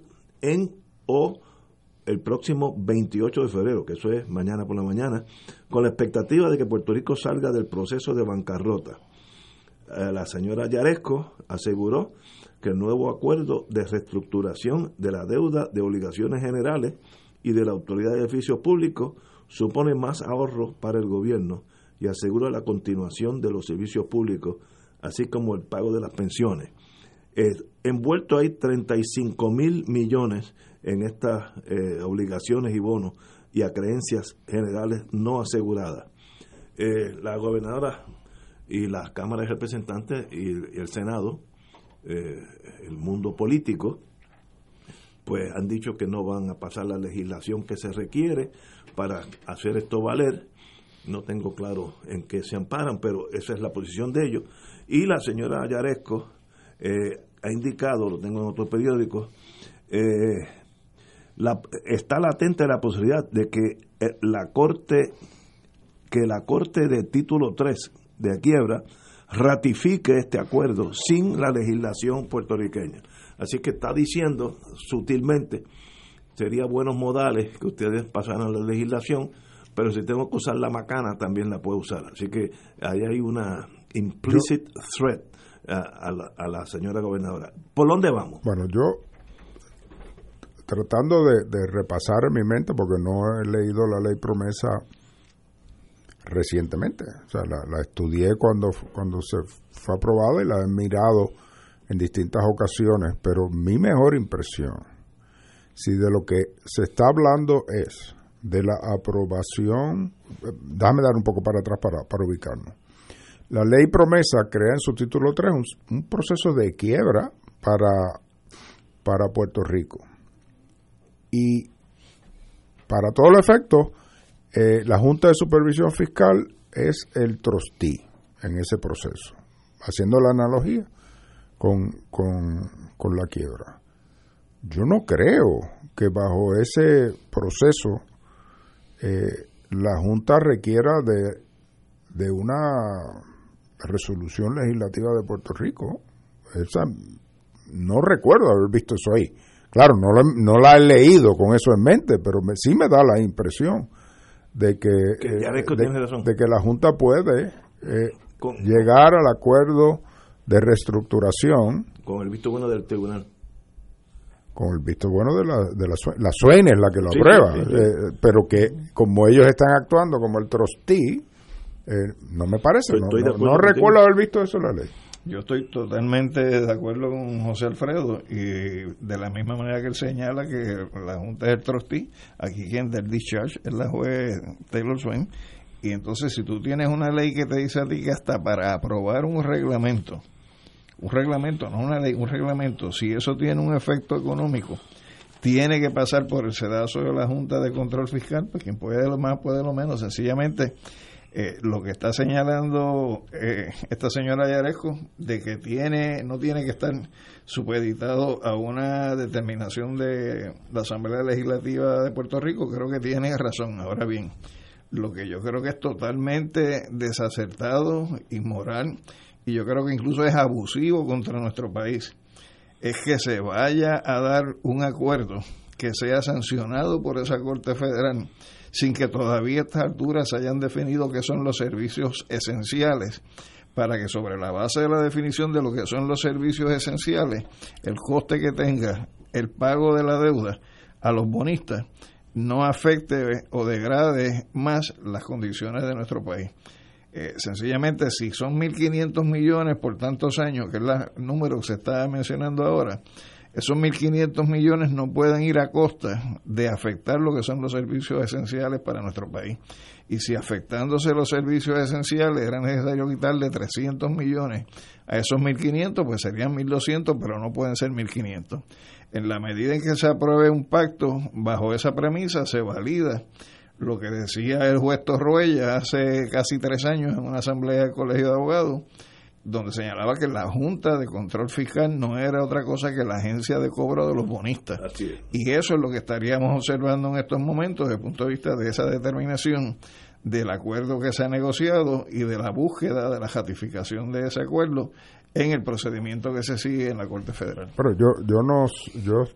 el próximo 28 de febrero, que eso es mañana por la mañana, con la expectativa de que Puerto Rico salga del proceso de bancarrota. La señora Yaresco aseguró que el nuevo acuerdo de reestructuración de la deuda de obligaciones generales y de la Autoridad de Edificios Públicos supone más ahorros para el gobierno y asegura la continuación de los servicios públicos, así como el pago de las pensiones. Envuelto hay 35,000 millones en estas obligaciones y bonos y acreencias generales no aseguradas. La gobernadora y la Cámara de Representantes y el Senado, el mundo político, pues han dicho que no van a pasar la legislación que se requiere para hacer esto valer. No tengo claro en qué se amparan, pero esa es la posición de ellos. Y la señora Yaresco ha indicado, lo tengo en otros periódicos, está latente la posibilidad de que la Corte que la Corte de Título 3 de quiebra ratifique este acuerdo sin la legislación puertorriqueña. Así que está diciendo sutilmente, sería buenos modales que ustedes pasaran la legislación, pero si tengo que usar la macana también la puedo usar. Así que ahí hay una implicit threat a la señora gobernadora. ¿Por dónde vamos? Bueno, yo tratando de repasar en mi mente, porque no he leído la ley promesa recientemente, o sea, la estudié cuando se fue aprobada y la he mirado en distintas ocasiones, pero mi mejor impresión, si de lo que se está hablando es de la aprobación, déjame dar un poco para atrás para ubicarnos. La ley promesa crea en su título 3 un proceso de quiebra para Puerto Rico. Y para todos los efectos, la Junta de Supervisión Fiscal es el trustee en ese proceso, haciendo la analogía con la quiebra. Yo no creo que bajo ese proceso la Junta requiera de una resolución legislativa de Puerto Rico. No recuerdo haber visto eso ahí. Claro, no la he leído con eso en mente, pero sí me da la impresión de que la Junta puede llegar al acuerdo de reestructuración con el visto bueno del tribunal. Con el visto bueno de la SUENE es la que lo aprueba, sí. Pero que como ellos están actuando como el trustee, no me parece, no recuerdo haber visto eso en la ley. Yo estoy totalmente de acuerdo con José Alfredo, y de la misma manera que él señala que la Junta es el trustee, aquí quien del discharge es la juez Taylor Swain, y entonces si tú tienes una ley que te dice a ti que hasta para aprobar un reglamento, no una ley, un reglamento, si eso tiene un efecto económico, tiene que pasar por el sedazo de la Junta de Control Fiscal, pues quien puede lo más, puede lo menos, sencillamente. Lo que está señalando esta señora Yaresco, de que no tiene que estar supeditado a una determinación de la Asamblea Legislativa de Puerto Rico, creo que tiene razón. Ahora bien, lo que yo creo que es totalmente desacertado, inmoral, y yo creo que incluso es abusivo contra nuestro país, es que se vaya a dar un acuerdo que sea sancionado por esa Corte Federal sin que todavía a estas alturas se hayan definido qué son los servicios esenciales, para que sobre la base de la definición de lo que son los servicios esenciales, el coste que tenga el pago de la deuda a los bonistas no afecte o degrade más las condiciones de nuestro país. Sencillamente, si son 1.500 millones por tantos años, que es el número que se está mencionando ahora, esos 1.500 millones no pueden ir a costa de afectar lo que son los servicios esenciales para nuestro país. Y si afectándose los servicios esenciales era necesario quitarle 300 millones a esos 1.500, pues serían 1.200, pero no pueden ser 1.500. En la medida en que se apruebe un pacto bajo esa premisa, se valida lo que decía el juez Torruella hace casi 3 años en una asamblea del Colegio de Abogados, donde señalaba que la Junta de Control Fiscal no era otra cosa que la agencia de cobro de los bonistas. Así es. Y eso es lo que estaríamos observando en estos momentos desde el punto de vista de esa determinación del acuerdo que se ha negociado y de la búsqueda de la ratificación de ese acuerdo en el procedimiento que se sigue en la Corte Federal. Pero yo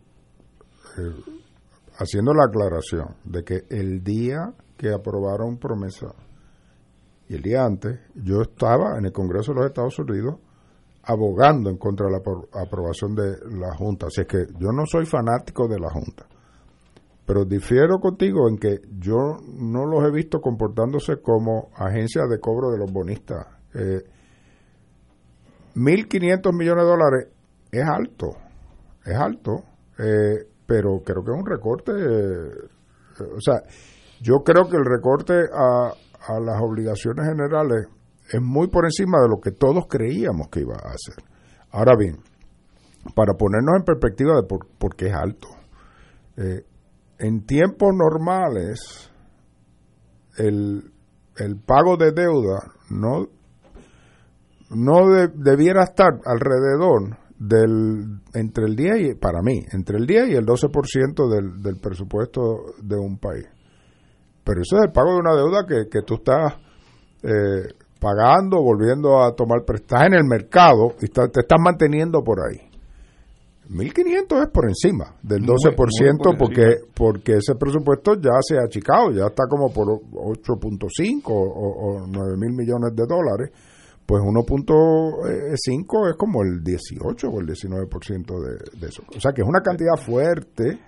haciendo la aclaración de que el día que aprobaron promesa y el día antes, yo estaba en el Congreso de los Estados Unidos abogando en contra de la aprobación de la Junta. Así es que yo no soy fanático de la Junta, pero difiero contigo en que yo no los he visto comportándose como agencia de cobro de los bonistas. 1.500 millones de dólares es alto, pero creo que es un recorte. O sea, yo creo que el recorte a las obligaciones generales es muy por encima de lo que todos creíamos que iba a hacer. Ahora bien, para ponernos en perspectiva de por qué es alto, en tiempos normales el pago de deuda no debiera estar alrededor entre el 10 y, para mí, entre el 10 y el 12% del presupuesto de un país. Pero eso es el pago de una deuda que tú estás pagando, volviendo a tomar prestados en el mercado y te estás manteniendo por ahí. 1.500 es por encima del 12% porque ese presupuesto ya se ha achicado, ya está como por 8.5 o 9.000 millones de dólares, pues 1.5 es como el 18 o el 19% de eso. O sea que es una cantidad fuerte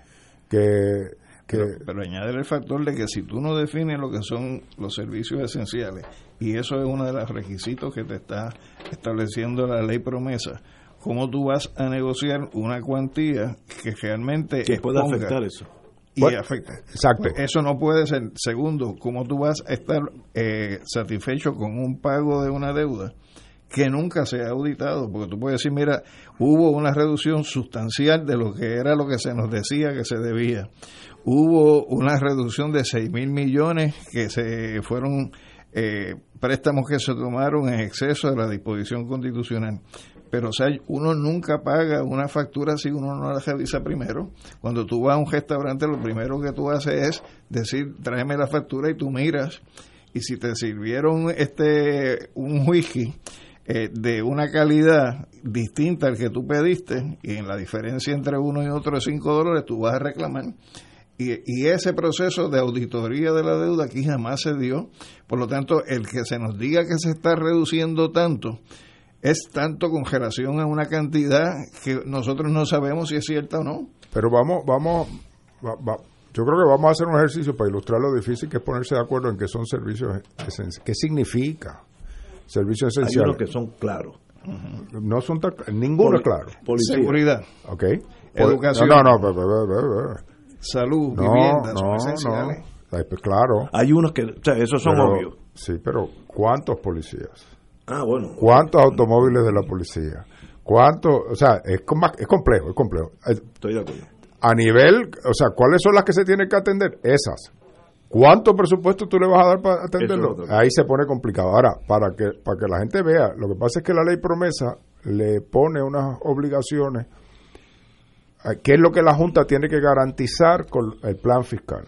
Pero añade el factor de que si tú no defines lo que son los servicios esenciales, y eso es uno de los requisitos que te está estableciendo la ley promesa, ¿cómo tú vas a negociar una cuantía que realmente que pueda afectar eso? Y afecta. Exacto. Pues eso no puede ser. Segundo, ¿cómo tú vas a estar satisfecho con un pago de una deuda que nunca se ha auditado? Porque tú puedes decir, mira, hubo una reducción sustancial de lo que era lo que se nos decía que se debía. Hubo una reducción de 6.000 millones que se fueron préstamos que se tomaron en exceso de la disposición constitucional. Pero, o sea, uno nunca paga una factura si uno no la revisa primero. Cuando tú vas a un restaurante, lo primero que tú haces es decir, tráeme la factura, y tú miras. Y si te sirvieron un whisky de una calidad distinta al que tú pediste, y en la diferencia entre uno y otro es $5, tú vas a reclamar. Y ese proceso de auditoría de la deuda aquí jamás se dio. Por lo tanto, el que se nos diga que se está reduciendo tanto, es tanto con relación a una cantidad que nosotros no sabemos si es cierta o no. Pero yo creo que vamos a hacer un ejercicio para ilustrar lo difícil que es ponerse de acuerdo en qué son servicios esenciales. ¿Qué significa servicios esenciales? Hay unos que son claros. No son ninguno es claro. Policía. Seguridad. Ok. Educación. Salud, vivienda, son esenciales. Pues claro. Hay unos que, o sea, esos son obvios. Sí, pero ¿cuántos policías? Bueno. ¿Cuántos automóviles de la policía? ¿Cuántos? O sea, es complejo. Estoy de acuerdo. A nivel, o sea, ¿cuáles son las que se tienen que atender? Esas. ¿Cuánto presupuesto tú le vas a dar para atenderlo? Ahí se pone complicado. Ahora, para que la gente vea, lo que pasa es que la ley promesa le pone unas obligaciones. ¿Qué es lo que la Junta tiene que garantizar con el plan fiscal?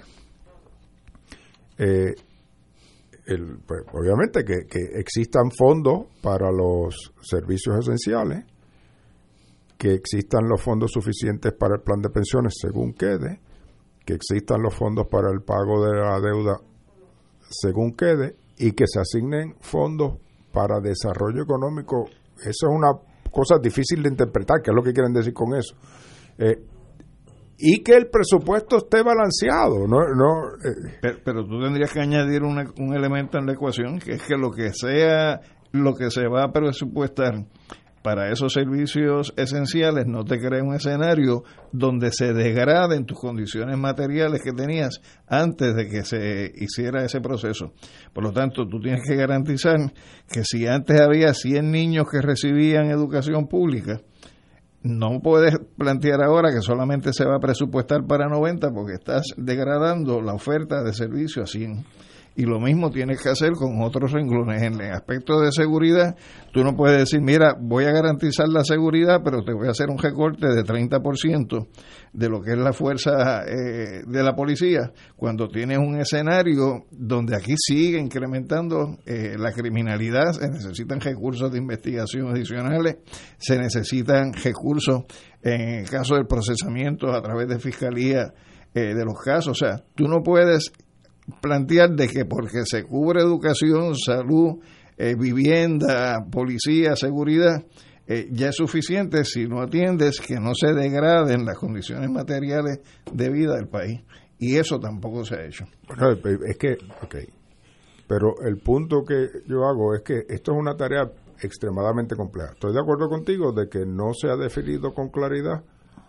Pues, obviamente que existan fondos para los servicios esenciales, que existan los fondos suficientes para el plan de pensiones según quede, que existan los fondos para el pago de la deuda según quede, y que se asignen fondos para desarrollo económico. Eso es una cosa difícil de interpretar, ¿qué es lo que quieren decir con eso? Y que el presupuesto esté balanceado, pero tú tendrías que añadir un elemento en la ecuación, que es que lo que se va a presupuestar para esos servicios esenciales no te crea un escenario donde se degraden tus condiciones materiales que tenías antes de que se hiciera ese proceso. Por lo tanto, tú tienes que garantizar que si antes había 100 niños que recibían educación pública, no puedes plantear ahora que solamente se va a presupuestar para 90 porque estás degradando la oferta de servicio a 100. Y lo mismo tienes que hacer con otros renglones. En el aspecto de seguridad, tú no puedes decir, mira, voy a garantizar la seguridad, pero te voy a hacer un recorte de 30% de lo que es la fuerza de la policía, cuando tienes un escenario donde aquí sigue incrementando la criminalidad. Se necesitan recursos de investigación adicionales, se necesitan recursos en el caso del procesamiento a través de fiscalía de los casos. O sea, tú no puedes plantear de que porque se cubre educación, salud, vivienda, policía, seguridad, ya es suficiente si no atiendes que no se degraden las condiciones materiales de vida del país. Y eso tampoco se ha hecho. Es que, pero el punto que yo hago es que esto es una tarea extremadamente compleja. Estoy de acuerdo contigo de que no se ha definido con claridad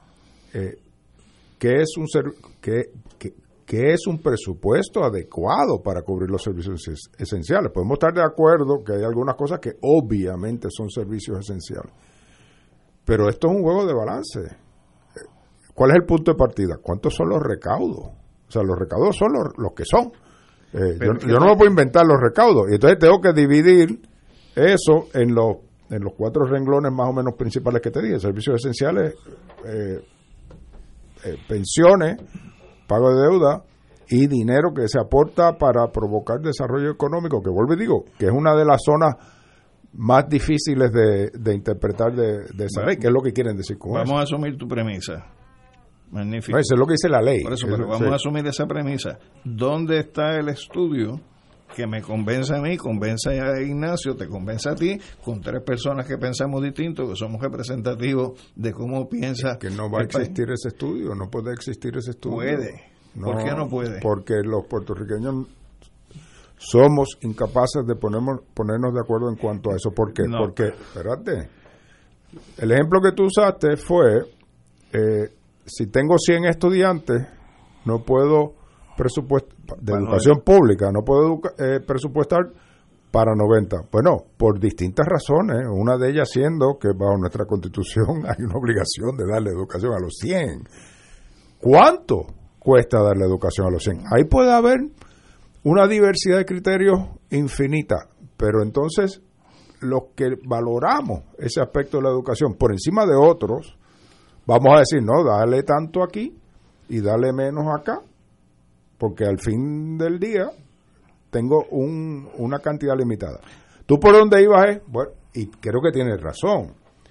qué es un presupuesto adecuado para cubrir los servicios esenciales. Podemos estar de acuerdo que hay algunas cosas que obviamente son servicios esenciales, pero esto es un juego de balance. ¿Cuál es el punto de partida? ¿Cuántos son los recaudos? O sea, los recaudos son los que son. Yo no me puedo inventar los recaudos, y entonces tengo que dividir eso en los 4 renglones más o menos principales que te dije: servicios esenciales, pensiones, pago de deuda, y dinero que se aporta para provocar desarrollo económico, que vuelvo y digo, que es una de las zonas más difíciles de interpretar de esa ley, que es lo que quieren decir con eso. Vamos a asumir tu premisa. Magnífico. No, eso es lo que dice la ley. Por eso, pero vamos a asumir esa premisa. ¿Dónde está el estudio que me convence a mí, convence a Ignacio, te convence a ti, con 3 personas que pensamos distinto, que somos representativos de cómo piensa? Es que no va a existir ese estudio, no puede existir ese estudio. Puede. No, ¿por qué no puede? Porque los puertorriqueños somos incapaces de ponernos de acuerdo en cuanto a eso. ¿Por qué? No. Porque, espérate, el ejemplo que tú usaste fue, si tengo 100 estudiantes, no puedo de educación pública, no puedo presupuestar para 90. Bueno, por distintas razones, una de ellas siendo que bajo nuestra Constitución hay una obligación de darle educación a los 100. ¿Cuánto cuesta darle educación a los 100? Ahí puede haber una diversidad de criterios infinita, pero entonces los que valoramos ese aspecto de la educación por encima de otros, vamos a decir, no, dale tanto aquí y dale menos acá, porque al fin del día tengo una cantidad limitada. ¿Tú por dónde ibas? Bueno, y creo que tienes razón.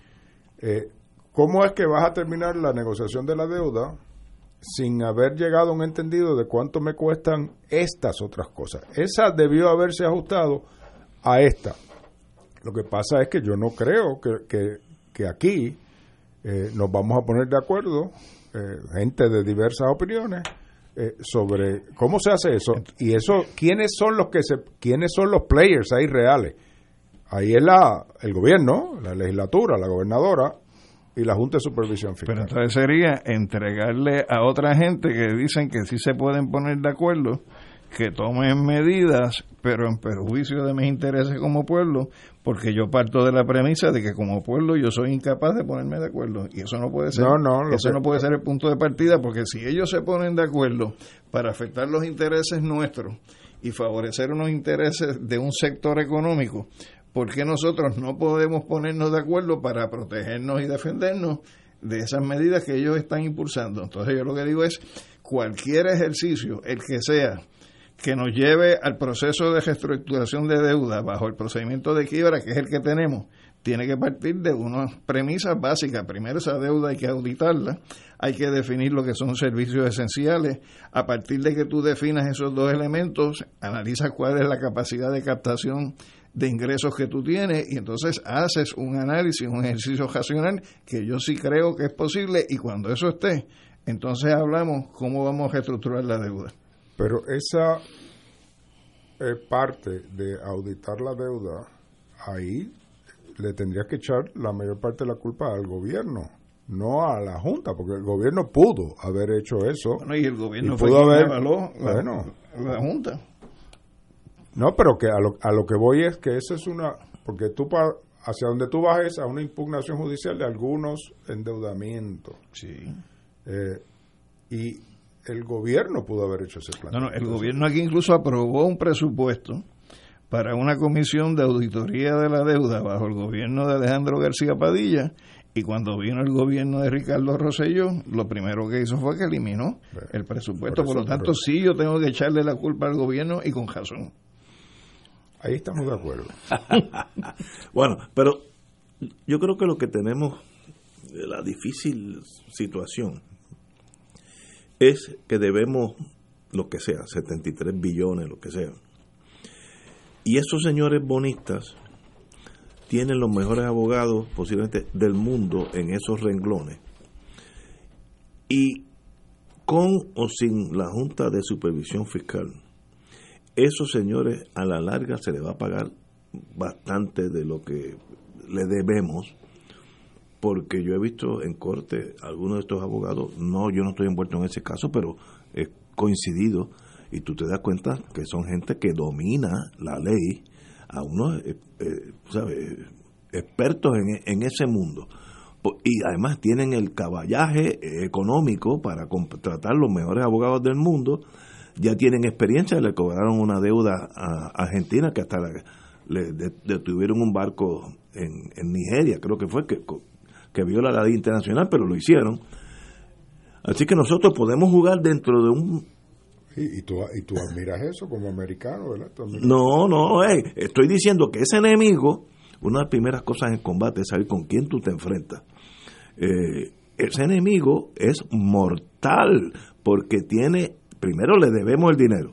¿Cómo es que vas a terminar la negociación de la deuda sin haber llegado a un entendido de cuánto me cuestan estas otras cosas? Esa debió haberse ajustado a esta. Lo que pasa es que yo no creo que aquí nos vamos a poner de acuerdo, gente de diversas opiniones, sobre cómo se hace eso. Y eso, ¿quiénes son los players ahí reales? Ahí es el gobierno, la legislatura, la gobernadora y la Junta de Supervisión Fiscal. Pero entonces sería entregarle a otra gente que dicen que sí se pueden poner de acuerdo, que tomen medidas, pero en perjuicio de mis intereses como pueblo, porque yo parto de la premisa de que como pueblo yo soy incapaz de ponerme de acuerdo, y eso no puede ser. No puede ser el punto de partida, porque si ellos se ponen de acuerdo para afectar los intereses nuestros y favorecer unos intereses de un sector económico, ¿por qué nosotros no podemos ponernos de acuerdo para protegernos y defendernos de esas medidas que ellos están impulsando? Entonces yo lo que digo es, cualquier ejercicio, el que sea, que nos lleve al proceso de reestructuración de deuda bajo el procedimiento de quiebra, que es el que tenemos, tiene que partir de unas premisas básicas. Primero, esa deuda hay que auditarla, hay que definir lo que son servicios esenciales. A partir de que tú definas esos 2 elementos, analizas cuál es la capacidad de captación de ingresos que tú tienes, y entonces haces un análisis, un ejercicio racional, que yo sí creo que es posible, y cuando eso esté, entonces hablamos cómo vamos a reestructurar la deuda. Pero esa parte de auditar la deuda, ahí le tendrías que echar la mayor parte de la culpa al gobierno, no a la Junta, porque el gobierno pudo haber hecho eso. Bueno, y el gobierno fue quien avaló la Junta. No, pero que a lo que voy es que eso es porque hacia donde tú vas es a una impugnación judicial de algunos endeudamientos. Sí. Y el gobierno pudo haber hecho ese plan. No, el gobierno aquí incluso aprobó un presupuesto para una comisión de auditoría de la deuda bajo el gobierno de Alejandro García Padilla, y cuando vino el gobierno de Ricardo Rosselló, lo primero que hizo fue que eliminó el presupuesto. Por lo tanto, sí, yo tengo que echarle la culpa al gobierno, y con razón. Ahí estamos de acuerdo. Bueno, pero yo creo que lo que tenemos, la difícil situación, es que debemos lo que sea, 73 billones, lo que sea. Y esos señores bonistas tienen los mejores abogados posiblemente del mundo en esos renglones. Y con o sin la Junta de Supervisión Fiscal, esos señores a la larga se les va a pagar bastante de lo que le debemos, porque yo he visto en corte algunos de estos abogados, yo no estoy envuelto en ese caso, pero he coincidido, y tú te das cuenta que son gente que domina la ley, a unos expertos en ese mundo, y además tienen el caballaje económico para contratar los mejores abogados del mundo. Ya tienen experiencia, le cobraron una deuda a Argentina, que hasta le detuvieron un barco en Nigeria, creo que fue, que viola la ley internacional, pero lo hicieron. Así que nosotros podemos jugar dentro de un Y tú admiras eso como americano, ¿verdad? No, estoy diciendo que ese enemigo, una de las primeras cosas en combate es saber con quién tú te enfrentas. Ese enemigo es mortal, porque primero le debemos el dinero.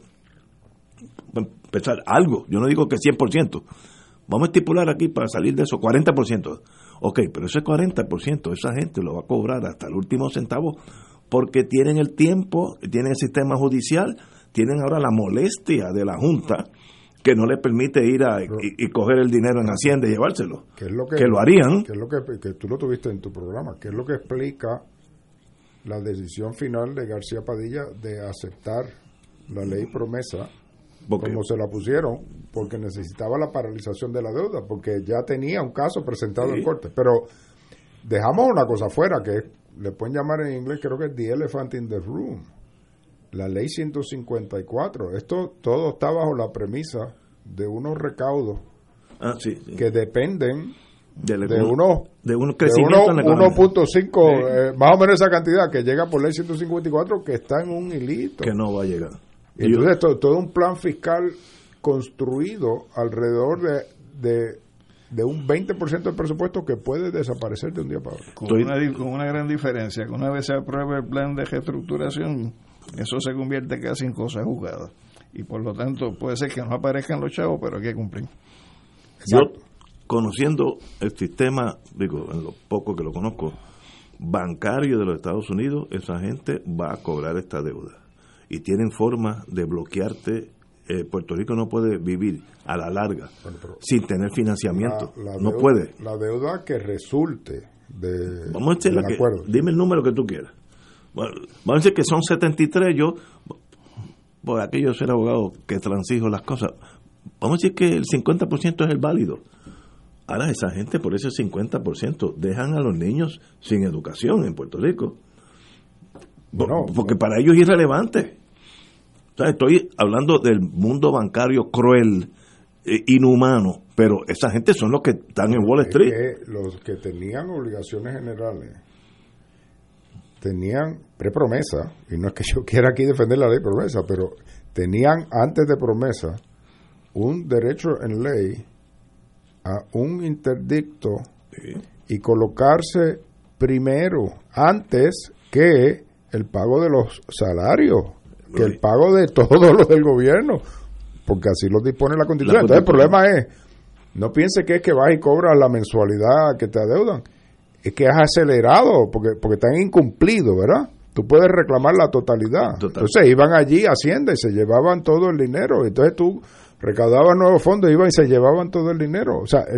Empezar algo, yo no digo que 100%. Vamos a estipular aquí para salir de eso 40%. Ok, pero ese 40%, esa gente lo va a cobrar hasta el último centavo, porque tienen el tiempo, tienen el sistema judicial, tienen ahora la molestia de la Junta que no les permite ir y coger el dinero en Hacienda y llevárselo, que lo harían. Que es lo que tú lo tuviste en tu programa, que es lo que explica la decisión final de García Padilla de aceptar la ley promesa como se la pusieron, porque necesitaba la paralización de la deuda, porque ya tenía un caso presentado en corte. Pero dejamos una cosa fuera, que le pueden llamar en inglés, creo que es the elephant in the room, la ley 154. Esto todo está bajo la premisa de unos recaudos que dependen de un crecimiento en la economía. 1.5, más o menos esa cantidad que llega por ley 154, que está en un hilito. Que no va a llegar. Y entonces todo un plan fiscal construido alrededor de un 20% del presupuesto que puede desaparecer de un día para otro. Con una gran diferencia, que una vez se apruebe el plan de reestructuración, eso se convierte casi en cosa juzgada. Y por lo tanto puede ser que no aparezcan los chavos, pero hay que cumplir. Yo, conociendo el sistema, en lo poco que lo conozco, bancario de los Estados Unidos, esa gente va a cobrar esta deuda. Y tienen forma de bloquearte. Puerto Rico no puede vivir a la larga sin tener financiamiento. No puede. La deuda que resulte del acuerdo. Dime el número que tú quieras. Bueno, vamos a decir que son 73. Yo, por aquello de ser abogado que transijo las cosas, vamos a decir que el 50% es el válido. Ahora esa gente, por ese 50%, dejan a los niños sin educación en Puerto Rico. Porque para ellos es irrelevante. O sea, estoy hablando del mundo bancario cruel, inhumano, pero esa gente son los que están en Wall Street. Los que tenían obligaciones generales tenían prepromesa, y no es que yo quiera aquí defender la ley promesa, pero tenían antes de promesa un derecho en ley a un interdicto y colocarse primero, antes que el pago de los salarios, que el pago de todo lo del gobierno, porque así lo dispone la Constitución. Entonces el problema es, no piense que es que vas y cobras la mensualidad que te adeudan, es que has acelerado, porque están incumplidos, ¿verdad? Tú puedes reclamar la totalidad. Entonces iban allí a Hacienda y se llevaban todo el dinero, entonces tú recaudabas nuevos fondos, iban y se llevaban todo el dinero. O sea,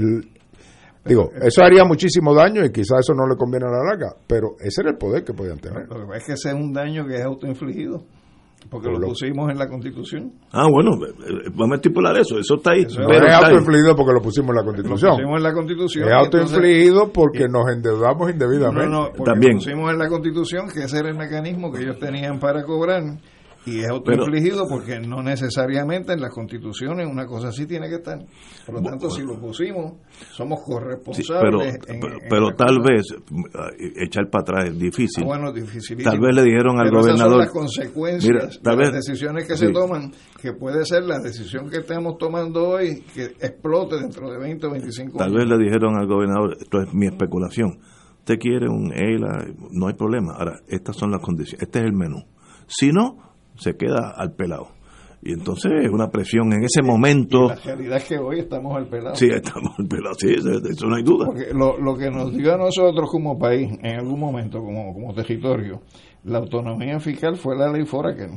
eso haría muchísimo daño y quizás eso no le conviene a la larga, pero ese era el poder que podían tener. Lo que pasa es que ese es un daño que es autoinfligido, porque lo pusimos en la Constitución. Bueno, vamos a estipular eso está ahí. Eso pero es autoinfligido porque lo pusimos en la Constitución. Lo pusimos en la Constitución. Es autoinfligido porque nos endeudamos indebidamente. No, porque también lo pusimos en la Constitución, que ese era el mecanismo que ellos tenían para cobrar. Y es autoinfligido porque no necesariamente en las constituciones una cosa así tiene que estar. Por lo tanto, si lo pusimos, somos corresponsables. Pero tal vez echar para atrás es difícil. Dificilísimo. Tal vez le dijeron al gobernador. Esas son las consecuencias de las decisiones que se toman, que puede ser la decisión que estamos tomando hoy que explote dentro de 20 o 25 años. Tal vez le dijeron al gobernador, esto es mi especulación, usted quiere un EILA, no hay problema. Ahora, estas son las condiciones, este es el menú. Si no, se queda al pelado. Y entonces es una presión en ese momento. Y la realidad es que hoy estamos al pelado. Sí, estamos al pelado, sí, de eso no hay duda. Porque lo que nos dio a nosotros como país, en algún momento, como territorio, la autonomía fiscal fue la ley Foraker.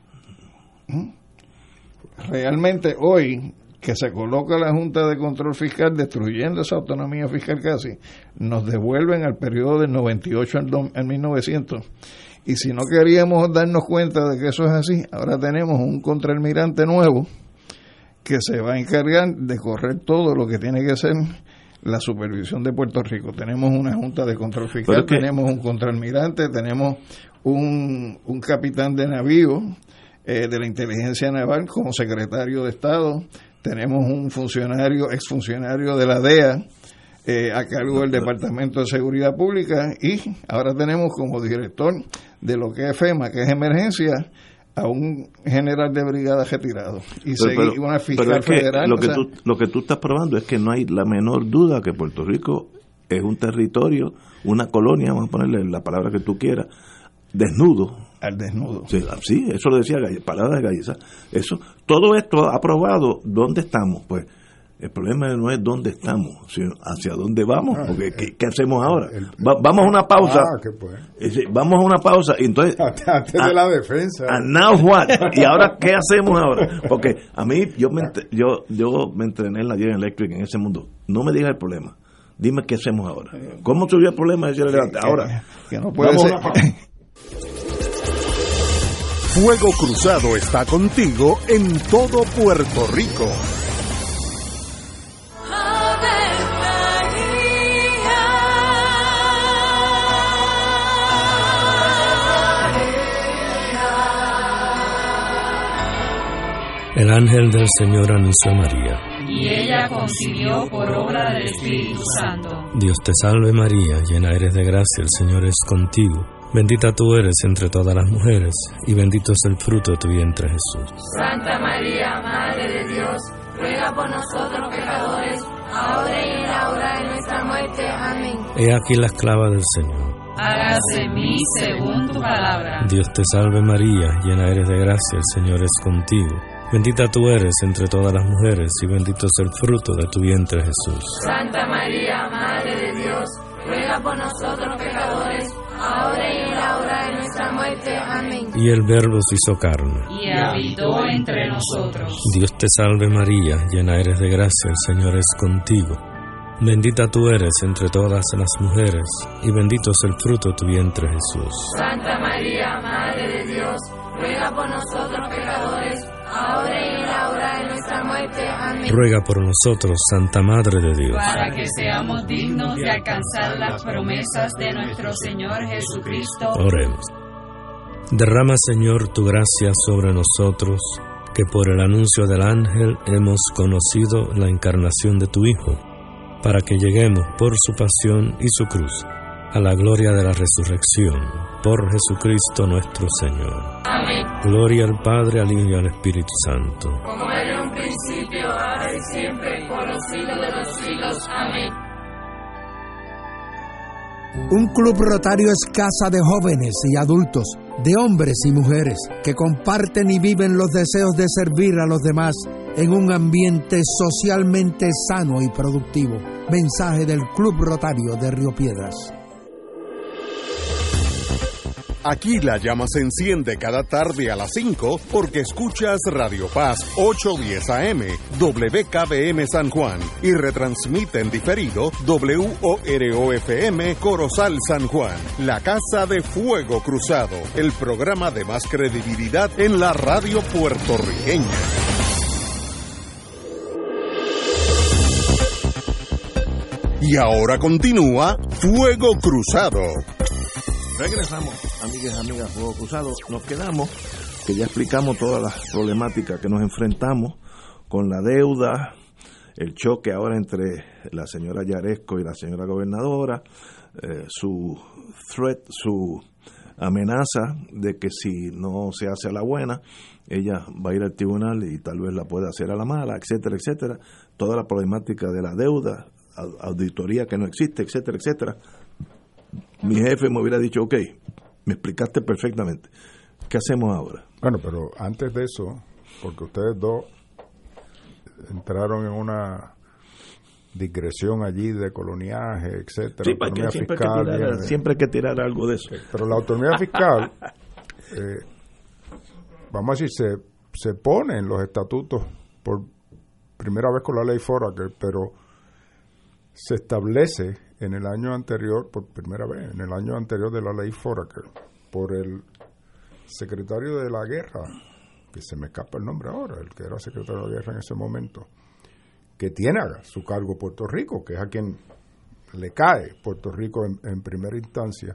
Realmente hoy, que se coloca la Junta de Control Fiscal destruyendo esa autonomía fiscal casi, nos devuelven al periodo del 98 al 1900. Y si no queríamos darnos cuenta de que eso es así, ahora tenemos un contraalmirante nuevo que se va a encargar de correr todo lo que tiene que ser la supervisión de Puerto Rico. Tenemos una Junta de Control Fiscal, tenemos un contraalmirante, tenemos un capitán de navío de la Inteligencia Naval como secretario de Estado, tenemos un exfuncionario de la DEA a cargo del Departamento de Seguridad Pública, y ahora tenemos como director de lo que es FEMA, que es emergencia, a un general de brigada retirado y seguir una fiscal es que federal. Lo que tú estás probando es que no hay la menor duda que Puerto Rico es un territorio, una colonia, vamos a ponerle la palabra que tú quieras, desnudo. Al desnudo. Sí, eso lo decía palabras de Galleza. Eso, todo esto ha probado dónde estamos. Pues el problema no es dónde estamos, sino hacia dónde vamos, porque ¿qué hacemos ahora? Vamos a una pausa. Vamos a una pausa y entonces antes de la defensa. And now what? Y ahora ¿qué hacemos ahora? Porque a mí yo me entrené en la General Electric en ese mundo. No me digas el problema. Dime qué hacemos ahora. ¿Cómo subió el problema de ahora? Que no puede ser. Fuego Cruzado está contigo en todo Puerto Rico. El ángel del Señor anunció a María. Y ella concibió por obra del Espíritu Santo. Dios te salve María, llena eres de gracia, el Señor es contigo. Bendita tú eres entre todas las mujeres, y bendito es el fruto de tu vientre Jesús. Santa María, Madre de Dios, ruega por nosotros pecadores, ahora y en la hora de nuestra muerte. Amén. He aquí la esclava del Señor. Hágase en mí según tu palabra. Dios te salve María, llena eres de gracia, el Señor es contigo. Bendita tú eres entre todas las mujeres, y bendito es el fruto de tu vientre Jesús. Santa María, Madre de Dios, ruega por nosotros pecadores, ahora y en la hora de nuestra muerte. Amén. Y el Verbo se hizo carne, y habitó entre nosotros. Dios te salve María, llena eres de gracia, el Señor es contigo. Bendita tú eres entre todas las mujeres, y bendito es el fruto de tu vientre Jesús. Santa María, Madre de Dios, ruega por nosotros pecadores, ahora y en la hora de nuestra muerte. Amén. Ruega por nosotros, Santa Madre de Dios, para que seamos dignos de alcanzar las promesas de nuestro Señor Jesucristo. Oremos. Derrama, Señor, tu gracia sobre nosotros, que por el anuncio del ángel hemos conocido la encarnación de tu Hijo, para que lleguemos por su pasión y su cruz a la gloria de la resurrección, por Jesucristo nuestro Señor. Amén. Gloria al Padre, al Hijo y al Espíritu Santo. Como era en un principio, ahora y siempre, por los siglos de los siglos. Amén. Un club rotario es casa de jóvenes y adultos, de hombres y mujeres, que comparten y viven los deseos de servir a los demás en un ambiente socialmente sano y productivo. Mensaje del Club Rotario de Río Piedras. Aquí la llama se enciende cada tarde a las 5 porque escuchas Radio Paz 810 AM, WKBM San Juan, y retransmite en diferido WOROFM Corozal San Juan. La Casa de Fuego Cruzado, el programa de más credibilidad en la radio puertorriqueña. Y ahora continúa Fuego Cruzado. Regresamos, amigas, Fuego Cruzado. Nos quedamos, que ya explicamos todas las problemáticas que nos enfrentamos con la deuda, el choque ahora entre la señora Yaresco y la señora gobernadora, su amenaza de que si no se hace a la buena, ella va a ir al tribunal y tal vez la pueda hacer a la mala, etcétera, etcétera. Toda la problemática de la deuda, auditoría que no existe, etcétera, etcétera. Mi jefe me hubiera dicho, ok, me explicaste perfectamente. ¿Qué hacemos ahora? Bueno, pero antes de eso, porque ustedes dos entraron en una digresión allí de coloniaje, etcétera. Sí, para que siempre hay que tirar algo de eso. Pero la autonomía fiscal, vamos a decir, se pone en los estatutos por primera vez con la ley Foraker, pero se establece en el año anterior, por primera vez, en el año anterior de la ley Foraker, por el secretario de la guerra, que se me escapa el nombre ahora, el que era secretario de la guerra en ese momento, que tiene a su cargo Puerto Rico, que es a quien le cae Puerto Rico en primera instancia.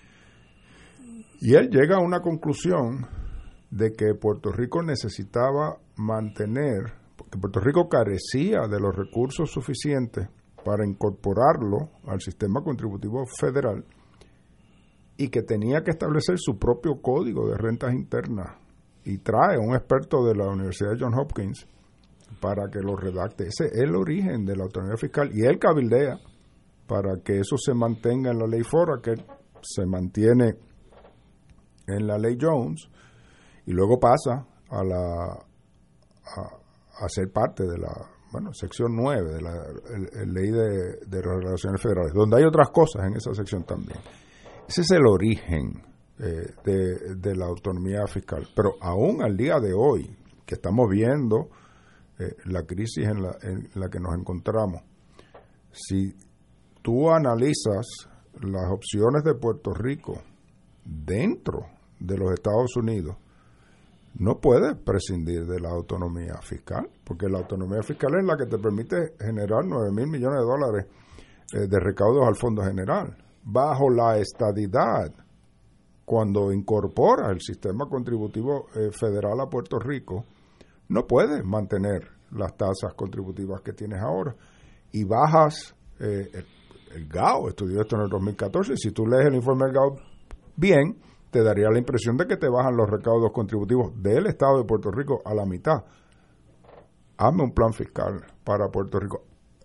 Y él llega a una conclusión de que Puerto Rico necesitaba mantener, porque Puerto Rico carecía de los recursos suficientes para incorporarlo al sistema contributivo federal, y que tenía que establecer su propio código de rentas internas y trae un experto de la Universidad de Johns Hopkins para que lo redacte. Ese es el origen de la autonomía fiscal, y él cabildea para que eso se mantenga en la ley Fora, que se mantiene en la ley Jones, y luego pasa a ser parte de la sección 9 de la ley de relaciones federales, donde hay otras cosas en esa sección también. Ese es el origen de la autonomía fiscal. Pero aún al día de hoy, que estamos viendo la crisis en la que nos encontramos, si tú analizas las opciones de Puerto Rico dentro de los Estados Unidos, no puedes prescindir de la autonomía fiscal, porque la autonomía fiscal es la que te permite generar 9,000 millones de dólares de recaudos al Fondo General. Bajo la estadidad, cuando incorpora el sistema contributivo federal a Puerto Rico, no puedes mantener las tasas contributivas que tienes ahora, y bajas el GAO estudió esto en el 2014, y si tú lees el informe del GAO bien, te daría la impresión de que te bajan los recaudos contributivos del Estado de Puerto Rico a la mitad. Hazme un plan fiscal para Puerto Rico.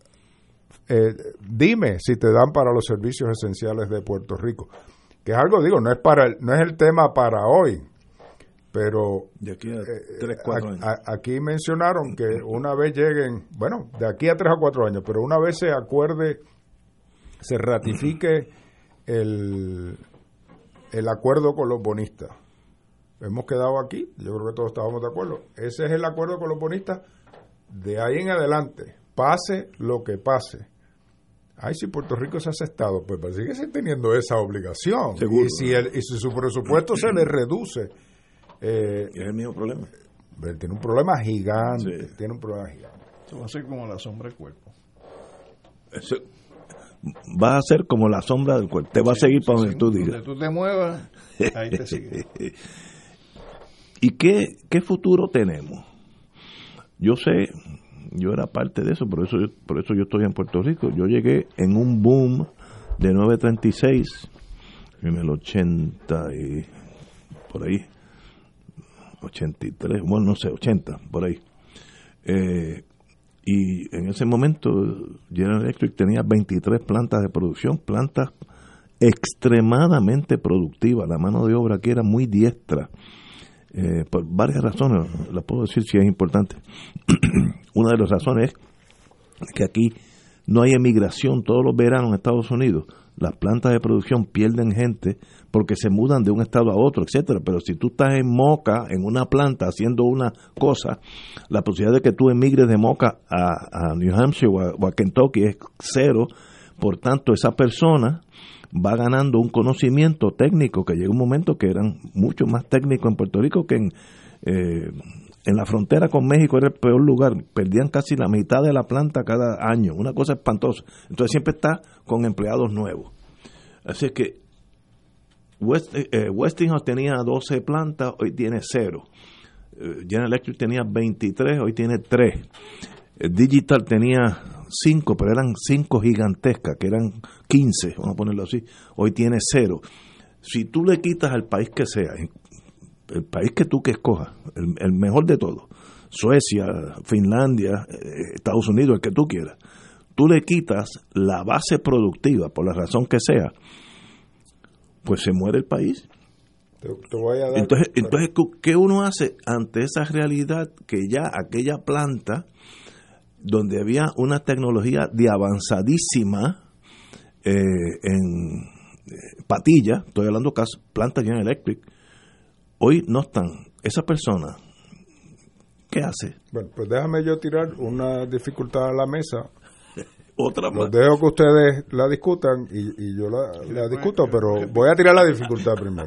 Dime si te dan para los servicios esenciales de Puerto Rico, que es algo, digo, no es el tema para hoy, pero de aquí a 3-4 años. Aquí mencionaron que una vez lleguen, de aquí a 3 a 4 años, pero una vez se ratifique el acuerdo con los bonistas. Hemos quedado aquí, yo creo que todos estábamos de acuerdo. Ese es el acuerdo con los bonistas. De ahí en adelante, pase lo que pase. Si Puerto Rico se hace Estado, pues sigue teniendo esa obligación. Seguro. Y si su presupuesto se le reduce, es el mismo problema. Tiene un problema gigante. Sí. Tiene un problema gigante. Eso va a ser como la sombra del cuerpo. Eso va a ser como la sombra del cuerpo. Te va a seguir para donde tú digas. Donde tú te muevas, ahí te sigue. ¿Y qué futuro tenemos? Yo sé, yo era parte de eso, por eso yo estoy en Puerto Rico. Yo llegué en un boom de 936 en el 80 y por ahí 83, 80 por ahí. Y en ese momento General Electric tenía 23 plantas de producción, plantas extremadamente productivas. La mano de obra aquí era muy diestra, por varias razones, la puedo decir si es importante. Una de las razones es que aquí no hay emigración todos los veranos en Estados Unidos. Las plantas de producción pierden gente porque se mudan de un estado a otro, etcétera. Pero si tú estás en Moca, en una planta, haciendo una cosa, la posibilidad de que tú emigres de Moca a New Hampshire o a Kentucky es cero. Por tanto, esa persona va ganando un conocimiento técnico que llega un momento que eran mucho más técnicos en Puerto Rico que en la frontera con México era el peor lugar. Perdían casi la mitad de la planta cada año, una cosa espantosa. Entonces siempre está con empleados nuevos. Así que Westinghouse tenía 12 plantas, hoy tiene 0. General Electric tenía 23, hoy tiene 3. Digital tenía 5, pero eran 5 gigantescas, que eran 15, vamos a ponerlo así. Hoy tiene 0. Si tú le quitas al país que sea, el país que tú que escojas, el mejor de todos, Suecia, Finlandia, Estados Unidos, el que tú quieras, tú le quitas la base productiva, por la razón que sea, pues se muere el país. Te voy a dar, entonces, ¿qué uno hace ante esa realidad que ya aquella planta, donde había una tecnología de avanzadísima en Patilla, estoy hablando de plantas General Electric, hoy no están? Esa persona, ¿qué hace? Bueno, pues déjame yo tirar una dificultad a la mesa. Otra más. Los dejo que ustedes la discutan y yo la discuto, pero voy a tirar la dificultad primero.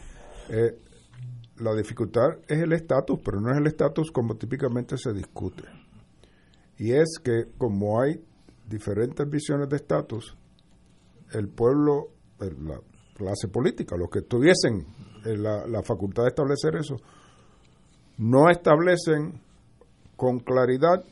La dificultad es el estatus, pero no es el estatus como típicamente se discute. Y es que como hay diferentes visiones de estatus, el pueblo, la clase política, los que tuviesen la facultad de establecer eso, no establecen con claridad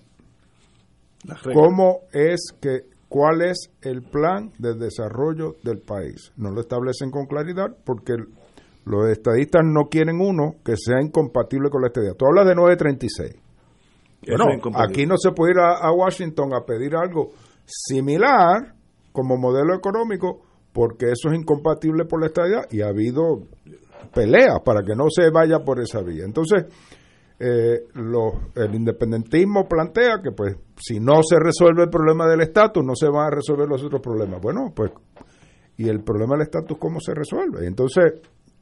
cuál es el plan de desarrollo del país. No lo establecen con claridad porque Los estadistas no quieren uno que sea incompatible con la estadía. Tú hablas de 936. Bueno, aquí no se puede ir a Washington a pedir algo similar como modelo económico porque eso es incompatible por la estadía y ha habido peleas para que no se vaya por esa vía. Entonces, el independentismo plantea que pues si no se resuelve el problema del estatus, no se van a resolver los otros problemas. Bueno, pues, ¿y el problema del estatus cómo se resuelve? Entonces,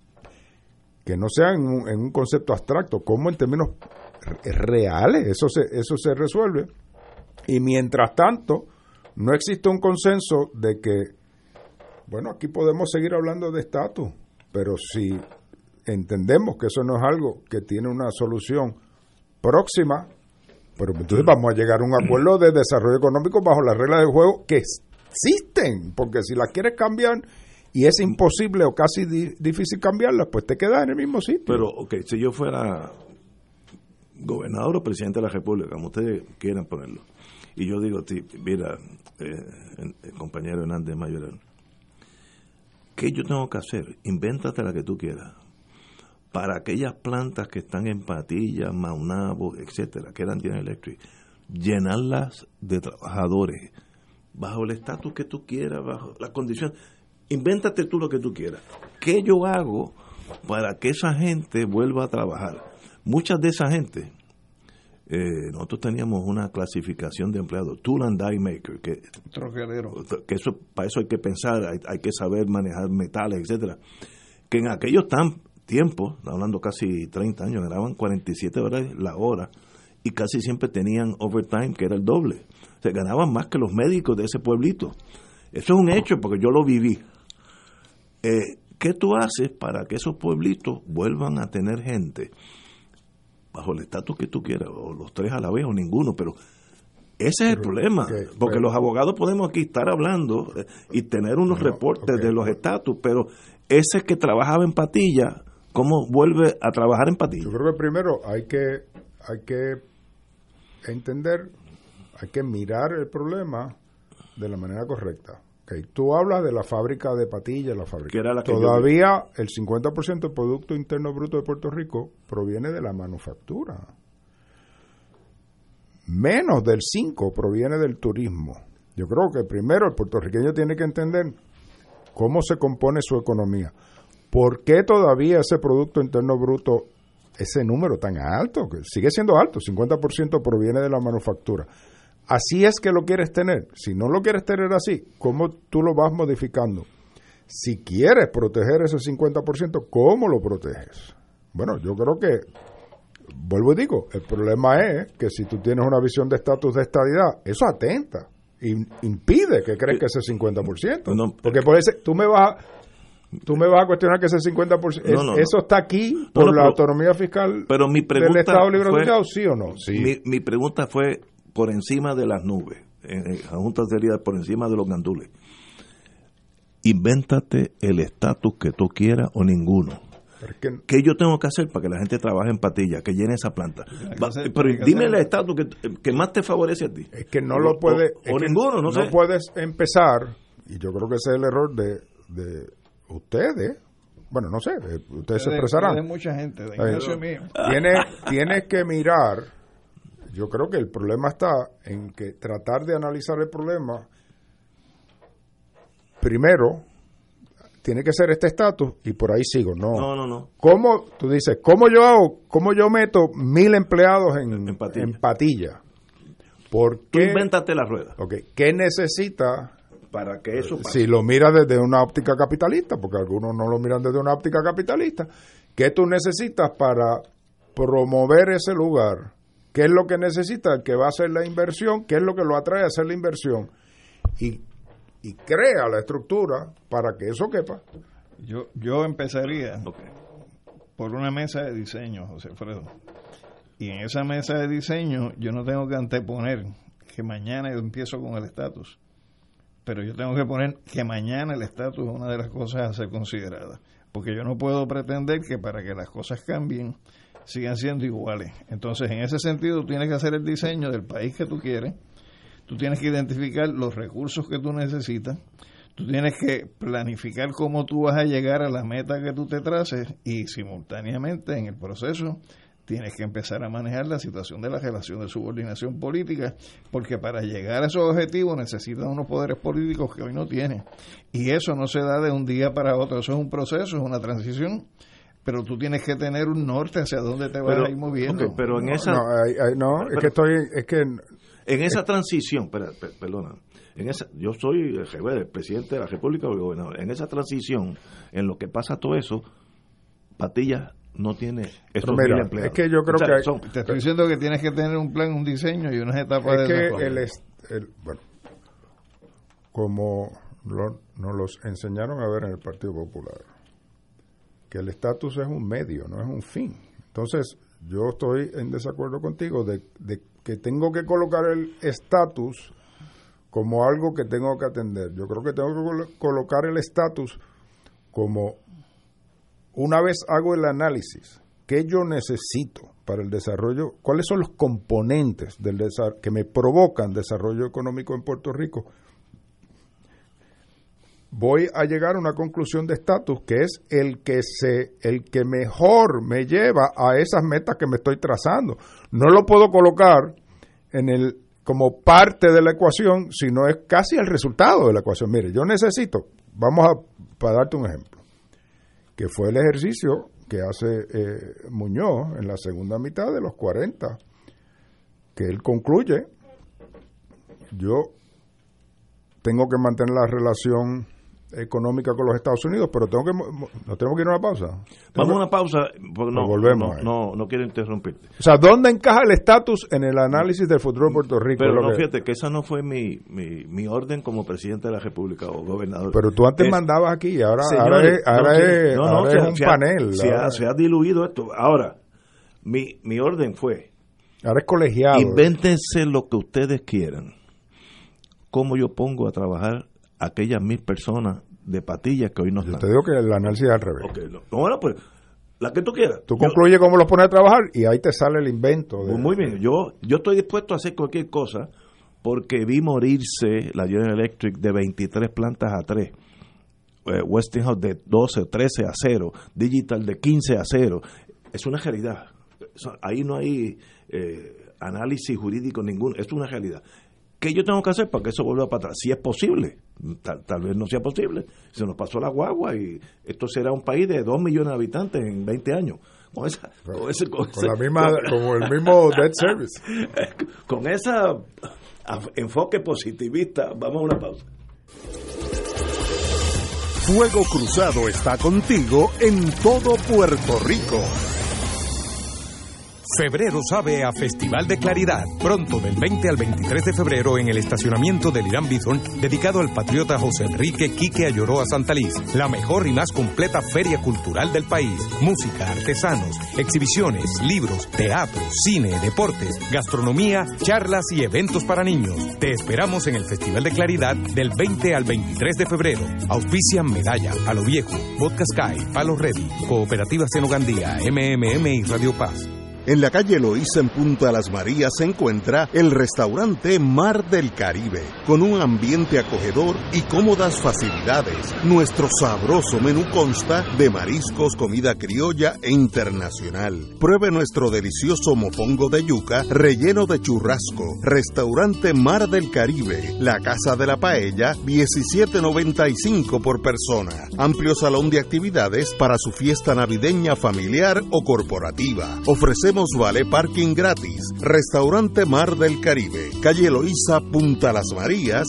que no sea en un concepto abstracto, como en términos reales, eso se resuelve. Y mientras tanto, no existe un consenso de que, bueno, aquí podemos seguir hablando de estatus, pero si entendemos que eso no es algo que tiene una solución próxima, pero entonces vamos a llegar a un acuerdo de desarrollo económico bajo las reglas del juego que existen, porque si las quieres cambiar y es imposible o casi difícil cambiarlas, pues te quedas en el mismo sitio. Pero, si yo fuera gobernador o presidente de la República, como ustedes quieran ponerlo, y yo digo, mira, el compañero Hernández Mayoral, ¿qué yo tengo que hacer? Invéntate la que tú quieras. Para aquellas plantas que están en Patilla, Maunabo, etcétera, que eran General Electric, llenarlas de trabajadores bajo el estatus que tú quieras, bajo la condición. Invéntate tú lo que tú quieras. ¿Qué yo hago para que esa gente vuelva a trabajar? Muchas de esa gente, nosotros teníamos una clasificación de empleados, tool and die maker, que eso, para eso hay que pensar, hay que saber manejar metales, etcétera, que en aquellos tiempos, hablando casi 30 años, ganaban 47 horas la hora y casi siempre tenían overtime, que era el doble. O sea, ganaban más que los médicos de ese pueblito. Eso es un hecho porque yo lo viví. ¿Qué tú haces para que esos pueblitos vuelvan a tener gente bajo el estatus que tú quieras, o los tres a la vez o ninguno? Pero ese es el problema, porque los abogados podemos aquí estar hablando y tener unos reportes de los estatus, pero ese que trabajaba en Patilla, ¿cómo vuelve a trabajar en Patilla? Yo creo que primero hay que entender, hay que mirar el problema de la manera correcta. Okay. Tú hablas de la fábrica de Patilla, que era la que todavía el 50% del Producto Interno Bruto de Puerto Rico proviene de la manufactura. Menos del 5% proviene del turismo. Yo creo que primero el puertorriqueño tiene que entender cómo se compone su economía. ¿Por qué todavía ese Producto Interno Bruto, ese número tan alto, que sigue siendo alto, 50% proviene de la manufactura? Así es que lo quieres tener. Si no lo quieres tener así, ¿cómo tú lo vas modificando? Si quieres proteger ese 50%, ¿cómo lo proteges? Bueno, yo creo que, vuelvo y digo, el problema es que si tú tienes una visión de estatus de estadidad, eso atenta, impide que crezca ese 50%. No, porque por ese, tú me vas a cuestionar que ese 50%, eso está aquí por la autonomía fiscal pero mi pregunta del Estado Libre Asociado, ¿sí o no? Sí. Mi pregunta fue por encima de las nubes, la Junta sería por encima de los gandules. Invéntate el estatus que tú quieras o ninguno. ¿Qué yo tengo que hacer para que la gente trabaje en Patilla, que llene esa planta? Pero dime el estatus que más te favorece a ti. Es que no lo puedes... O ninguno, no sé. No puedes empezar, y yo creo que ese es el error de ustedes. Bueno, no sé, ustedes se expresarán. De mucha gente, de Ignacio mío. Tienes que mirar... Yo creo que el problema está en que tratar de analizar el problema, primero, tiene que ser este estatus y por ahí sigo. No. ¿Cómo, tú dices, cómo yo meto 1,000 empleados en Patilla? ¿Por qué? Tú invéntate la rueda. Okay. ¿Qué necesita para que eso pase? Si lo miras desde una óptica capitalista, porque algunos no lo miran desde una óptica capitalista, ¿qué tú necesitas para promover ese lugar? ¿Qué es lo que necesita el que va a hacer la inversión? ¿Qué es lo que lo atrae a hacer la inversión? Y crea la estructura para que eso quepa. Yo empezaría por una mesa de diseño, José Alfredo. Y en esa mesa de diseño yo no tengo que anteponer que mañana yo empiezo con el estatus. Pero yo tengo que poner que mañana el estatus es una de las cosas a ser consideradas. Porque yo no puedo pretender que para que las cosas cambien sigan siendo iguales. Entonces, en ese sentido, tú tienes que hacer el diseño del país que tú quieres, tú tienes que identificar los recursos que tú necesitas, Tú tienes que planificar cómo tú vas a llegar a la meta que tú te traces y simultáneamente en el proceso tienes que empezar a manejar la situación de la relación de subordinación política, porque para llegar a esos objetivos necesitas unos poderes políticos que hoy no tienes. Y eso no se da de un día para otro, eso es un proceso, es una transición, pero tú tienes que tener un norte hacia dónde te vas a ir moviendo. Okay, pero en esa... En esa transición, perdona, yo soy el presidente de la República o el gobernador. En esa transición, en lo que pasa todo eso, Patillas no tiene estos 1,000 empleados. Es que yo creo te estoy diciendo que tienes que tener un plan, un diseño y unas etapas de desarrollo. Bueno, como nos los enseñaron a ver en el Partido Popular, que el estatus es un medio, no es un fin. Entonces, yo estoy en desacuerdo contigo de que tengo que colocar el estatus como algo que tengo que atender. Yo creo que tengo que colocar el estatus como, una vez hago el análisis, ¿qué yo necesito para el desarrollo? ¿Cuáles son los componentes que me provocan desarrollo económico en Puerto Rico? Voy a llegar a una conclusión de estatus que es el que mejor me lleva a esas metas que me estoy trazando. No lo puedo colocar como parte de la ecuación, sino es casi el resultado de la ecuación. Mire, yo necesito, para darte un ejemplo, que fue el ejercicio que hace Muñoz en la segunda mitad de los 40, que él concluye: yo tengo que mantener la relación económica con los Estados Unidos, pero nos tenemos que ir a una pausa. Vamos a una pausa, porque volvemos no quiero interrumpirte. O sea, ¿dónde encaja el estatus en el análisis del futuro de Puerto Rico? Pero fíjate que esa no fue mi orden como presidente de la República o gobernador. Pero tú antes mandabas aquí y ahora es un panel. Se ha diluido esto. Ahora, mi orden fue: ahora es colegiado. Invéntense lo que ustedes quieran. ¿Cómo yo pongo a trabajar aquellas 1,000 personas de Patillas que hoy no están? Yo te digo que el análisis es al revés. Okay, bueno, pues la que tú quieras. Tú concluyes cómo los pones a trabajar y ahí te sale el invento. Muy bien, yo estoy dispuesto a hacer cualquier cosa porque vi morirse la General Electric de 23 plantas a 3. Westinghouse de 12 o 13 a 0. Digital de 15 a 0. Es una realidad. Ahí no hay análisis jurídico ninguno. Es una realidad. ¿Qué yo tengo que hacer para que eso vuelva para atrás? Si es posible, tal vez no sea posible. Se nos pasó la guagua y esto será un país de 2 millones de habitantes en 20 años. Como el mismo debt service. Con ese enfoque positivista, vamos a una pausa. Fuego Cruzado está contigo en todo Puerto Rico. Febrero sabe a Festival de Claridad. Pronto, del 20 al 23 de febrero, en el estacionamiento del Irán Bithorn, dedicado al patriota José Enrique Quique Ayoroa Santaliz. La mejor y más completa feria cultural del país. Música, artesanos, exhibiciones, libros, teatro, cine, deportes, gastronomía, charlas y eventos para niños. Te esperamos en el Festival de Claridad del 20 al 23 de febrero. Auspician Medalla, Palo Viejo, Vodka Sky, Palo Ready, Cooperativa Senogandía, MMM y Radio Paz. En la calle Loíza, en Punta Las Marías, se encuentra el restaurante Mar del Caribe, con un ambiente acogedor y cómodas facilidades. Nuestro sabroso menú consta de mariscos, comida criolla e internacional. Pruebe nuestro delicioso mofongo de yuca relleno de churrasco. Restaurante Mar del Caribe, la Casa de la Paella, $17.95 por persona. Amplio salón de actividades para su fiesta navideña familiar o corporativa. Ofrecemos vale parking gratis. Restaurante Mar del Caribe, calle Loíza, Punta Las Marías,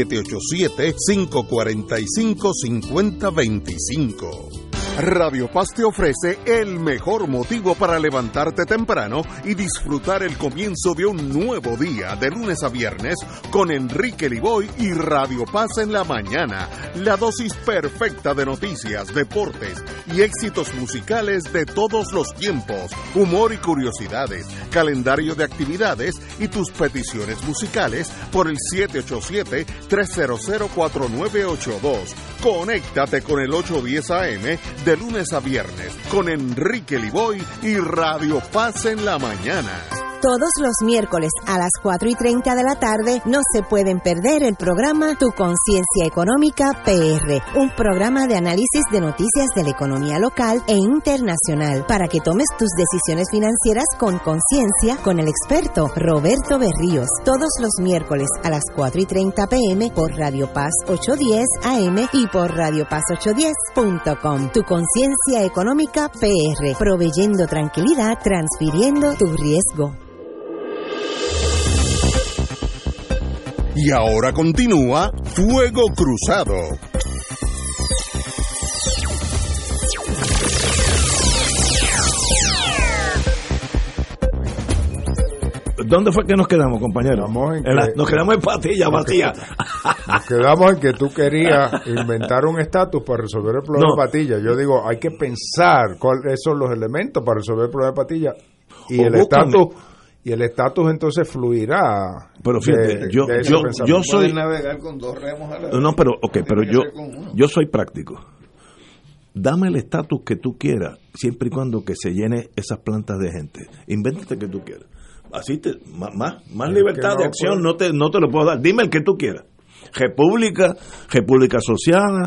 787-545-5025. Radio Paz te ofrece el mejor motivo para levantarte temprano y disfrutar el comienzo de un nuevo día de lunes a viernes con Enrique Liboy y Radio Paz en la mañana. La dosis perfecta de noticias, deportes y éxitos musicales de todos los tiempos, humor y curiosidades, calendario de actividades y tus peticiones musicales por el 787-300-4982. Conéctate con el 810 AM de lunes a viernes con Enrique Liboy y Radio Paz en la mañana. Todos los miércoles a las 4:30 de la tarde no se pueden perder el programa Tu Conciencia Económica PR, un programa de análisis de noticias de la economía local e internacional para que tomes tus decisiones financieras con conciencia con el experto Roberto Berríos. Todos los miércoles a las 4:30 p.m. por Radio Paz 810 AM y por radiopaz810.com. Tu Conciencia Económica PR, proveyendo tranquilidad, transfiriendo tu riesgo. Y ahora continúa Fuego Cruzado. ¿Dónde fue que nos quedamos, compañero? Nos quedamos en Patilla, vacía. Nos quedamos en que tú querías inventar un estatus para resolver el problema de Patilla. Yo digo, hay que pensar cuáles son los elementos para resolver el problema de Patilla. Y el estatus entonces fluirá. Pero fíjate, yo soy navegar con dos remos a la vez. No, pero yo soy práctico. Dame el estatus que tú quieras, siempre y cuando que se llene esas plantas de gente. Invéntate que tú quieras. Así más libertad de acción no te lo puedo dar. Dime el que tú quieras. República asociada,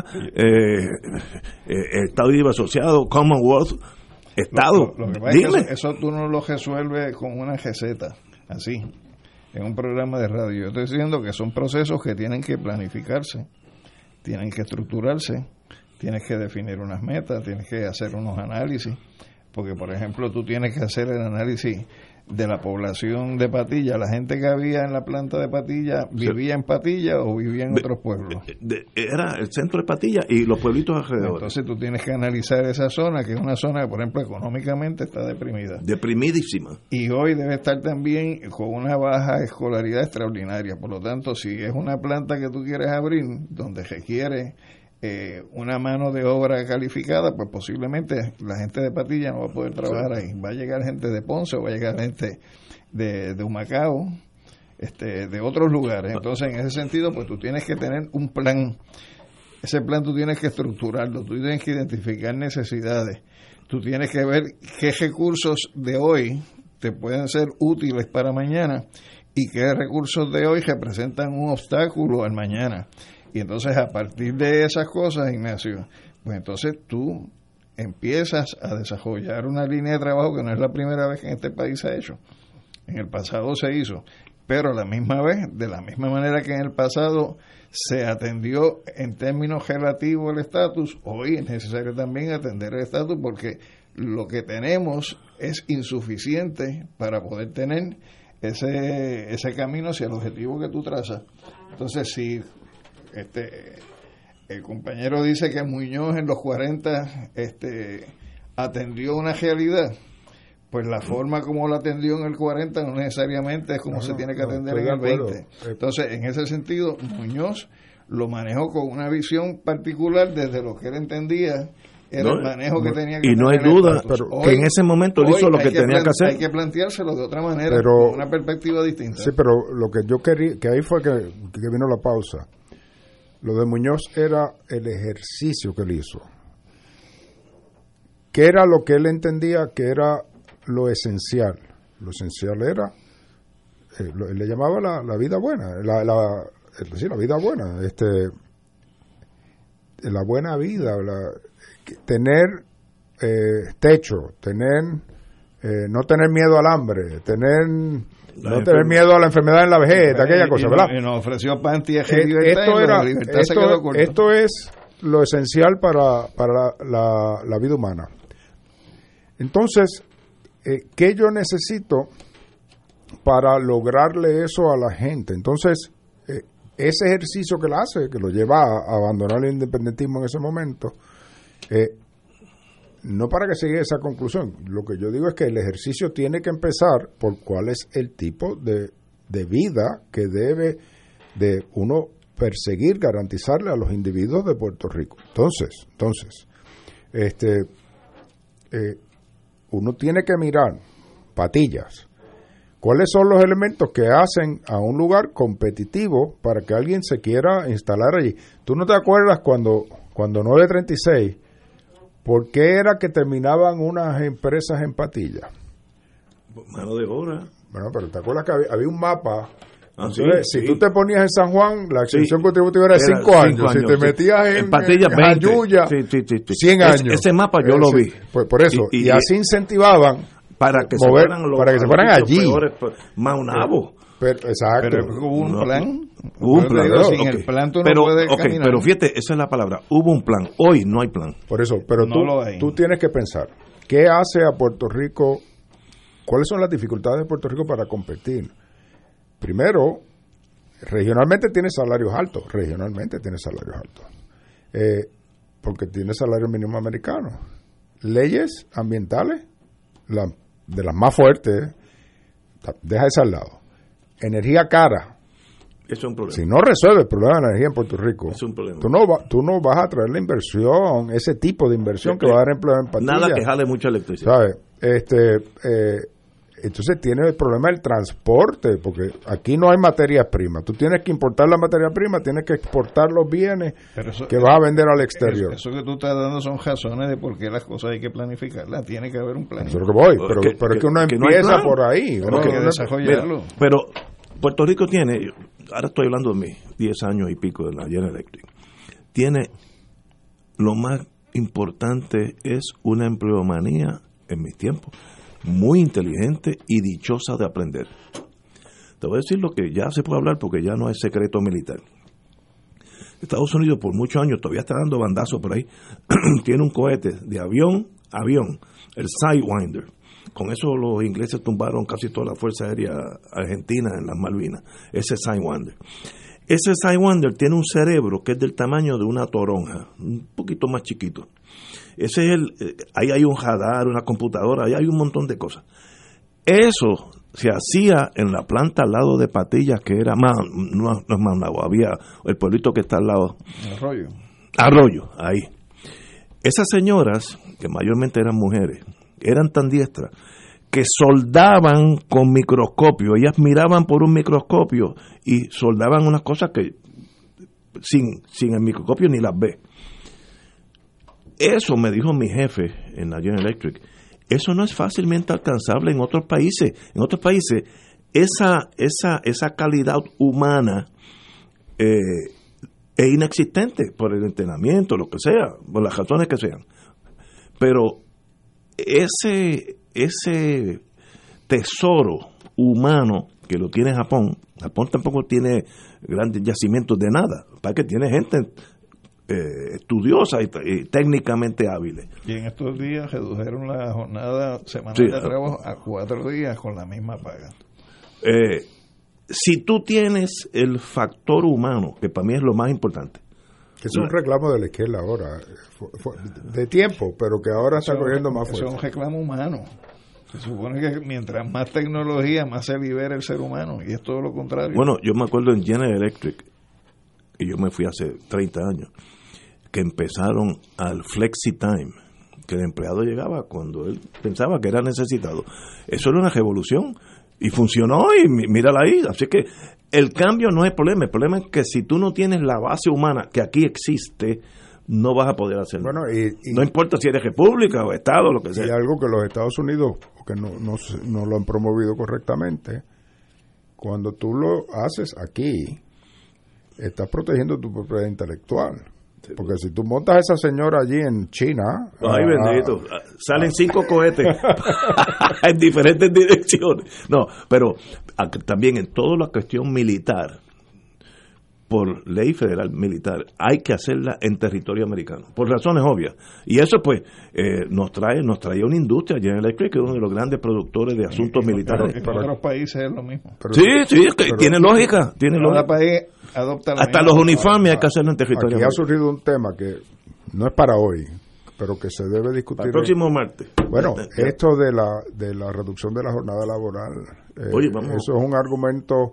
Estado libre asociado, Commonwealth, Estado. Lo que pasa es que eso tú no lo resuelves con una receta, así, en un programa de radio. Yo estoy diciendo que son procesos que tienen que planificarse, tienen que estructurarse, tienes que definir unas metas, tienes que hacer unos análisis, porque por ejemplo tú tienes que hacer el análisis de la población de Patilla, la gente que había en la planta de Patilla, ¿vivía en Patilla o vivía en otros pueblos? Era el centro de Patilla y los pueblitos alrededor. Entonces tú tienes que analizar esa zona, que es una zona que, por ejemplo, económicamente está deprimida. Deprimidísima. Y hoy debe estar también con una baja escolaridad extraordinaria. Por lo tanto, si es una planta que tú quieres abrir, donde requiere una mano de obra calificada, pues posiblemente la gente de Patilla no va a poder trabajar ahí. Va a llegar gente de Ponce o va a llegar gente de Humacao, de otros lugares. Entonces, en ese sentido, pues tú tienes que tener un plan. Ese plan tú tienes que estructurarlo, tú tienes que identificar necesidades, tú tienes que ver qué recursos de hoy te pueden ser útiles para mañana y qué recursos de hoy representan un obstáculo al mañana. Y entonces a partir de esas cosas, Ignacio, pues entonces tú empiezas a desarrollar una línea de trabajo que no es la primera vez que en este país se ha hecho. En el pasado se hizo, pero a la misma vez, de la misma manera que en el pasado se atendió en términos relativos al estatus, hoy es necesario también atender el estatus porque lo que tenemos es insuficiente para poder tener ese camino hacia el objetivo que tú trazas. Entonces, si el compañero dice que Muñoz en los 40 atendió una realidad, pues la forma como la atendió en el 40 no necesariamente es como se tiene que atender en el 20. Entonces, en ese sentido, Muñoz lo manejó con una visión particular desde lo que él entendía era el manejo que tenía que tener. Y no hay duda que en ese momento él hizo lo que tenía que hacer. Hay que planteárselo de otra manera, con una perspectiva distinta. Sí, pero lo que yo quería, que ahí fue que vino la pausa. Lo de Muñoz era el ejercicio que él hizo. ¿Qué era lo que él entendía que era lo esencial? Lo esencial era, él le llamaba la vida buena, la vida buena, la buena vida, tener techo, no tener miedo al hambre, no tener miedo a la enfermedad en la vejez, aquella cosa, ¿verdad? Y nos ofreció panties y libertad, esto es lo esencial para la vida humana. Entonces, ¿qué yo necesito para lograrle eso a la gente? Entonces, ese ejercicio que él hace, que lo lleva a abandonar el independentismo en ese momento, no para que se llegue a esa conclusión. Lo que yo digo es que el ejercicio tiene que empezar por cuál es el tipo de vida que debe de uno perseguir, garantizarle a los individuos de Puerto Rico. Entonces, uno tiene que mirar patillas. ¿Cuáles son los elementos que hacen a un lugar competitivo para que alguien se quiera instalar allí? ¿Tú no te acuerdas cuando 936, por qué era que terminaban unas empresas en Patilla? Mano de obra. Bueno, pero ¿te acuerdas que había un mapa? Entonces, si tú te ponías en San Juan, la exención contributiva era de 5 años. Si te metías en Patillas, 20. Jayuya, 100 años. Ese mapa yo lo vi. Pues por eso. Y así incentivaban para que se fueran allí. Maunabo. Exacto. Pero hubo un plan. Hubo un plan. Sin el plan tú no puedes caminar. Pero fíjate, esa es la palabra. Hubo un plan. Hoy no hay plan. Por eso, pero tú tienes que pensar, ¿qué hace a Puerto Rico? ¿Cuáles son las dificultades de Puerto Rico para competir? Primero, regionalmente tiene salarios altos. Porque tiene salario mínimo americano. Leyes ambientales, de las más fuertes, deja eso al lado. Energía cara. Eso es un problema. Si no resuelve el problema de la energía en Puerto Rico, es un problema. Tú no vas a traer la inversión, ese tipo de inversión que va a dar empleo en Patillas. Nada que jale mucha electricidad. ¿Sabes? Entonces tiene el problema del transporte, porque aquí no hay materias primas. Tú tienes que importar la materia prima, tienes que exportar los bienes que vas a vender al exterior. Eso que tú estás dando son razones de por qué las cosas hay que planificarlas. Tiene que haber un plan. Eso es lo que voy, pero es que uno empieza por ahí. Hay que desarrollarlo. Pero Puerto Rico tiene, ahora estoy hablando de mí, 10 años y pico de la General Electric, tiene lo más importante es una empleomanía en mis tiempos, muy inteligente y dichosa de aprender. Te voy a decir lo que ya se puede hablar porque ya no es secreto militar. Estados Unidos por muchos años todavía está dando bandazos por ahí. Tiene un cohete de avión, el Sidewinder. Con eso los ingleses tumbaron casi toda la Fuerza Aérea Argentina en las Malvinas. Ese Sidewinder. Ese Sidewinder tiene un cerebro que es del tamaño de una toronja, un poquito más chiquito. Ese es ahí hay un radar, una computadora, ahí hay un montón de cosas. Eso se hacía en la planta al lado de Patillas, que era no es Maunabo, había el pueblito que está al lado. Arroyo, ahí. Esas señoras, que mayormente eran mujeres, eran tan diestras, que soldaban con microscopio. Ellas miraban por un microscopio y soldaban unas cosas que sin el microscopio ni las ve. Eso me dijo mi jefe en la General Electric. Eso no es fácilmente alcanzable en otros países. En otros países, esa calidad humana es inexistente por el entrenamiento, lo que sea, por las razones que sean. Pero ese tesoro humano que lo tiene Japón tampoco tiene grandes yacimientos de nada, para que tiene gente estudiosa y técnicamente hábiles. Y en estos días redujeron la jornada semanal de trabajo a 4 días con la misma paga. Si tú tienes el factor humano, que para mí es lo más importante. Es un reclamo de la izquierda ahora, de tiempo, pero que ahora está corriendo más fuerte. Es un reclamo humano. Se supone que mientras más tecnología, más se libera el ser humano, y es todo lo contrario. Bueno, yo me acuerdo en General Electric, y yo me fui hace 30 años, que empezaron al flexi time, que el empleado llegaba cuando él pensaba que era necesitado. Eso era una revolución y funcionó, y mírala ahí. Así que el cambio no es el problema es que si tú no tienes la base humana que aquí existe, no vas a poder hacerlo. Bueno, no importa si eres república o estado, lo que sea. Y algo que los Estados Unidos, que no lo han promovido correctamente, cuando tú lo haces aquí, estás protegiendo tu propiedad intelectual. Porque si tú montas a esa señora allí en China... Ay, bendito. Salen 5 cohetes en diferentes direcciones. No, pero también en toda la cuestión militar, por ley federal militar, hay que hacerla en territorio americano, por razones obvias. Y eso, pues, nos trae una industria. General Electric, que es uno de los grandes productores de asuntos militares. En otros países es lo mismo. Sí, es que tiene lógica. Cada país adopta la hasta los uniformes hay que hacerlo en territorio americano. Aquí ha surgido un tema que no es para hoy, pero que se debe discutir. El próximo martes. Bueno, esto de la reducción de la jornada laboral. Oye, vamos. Eso es un argumento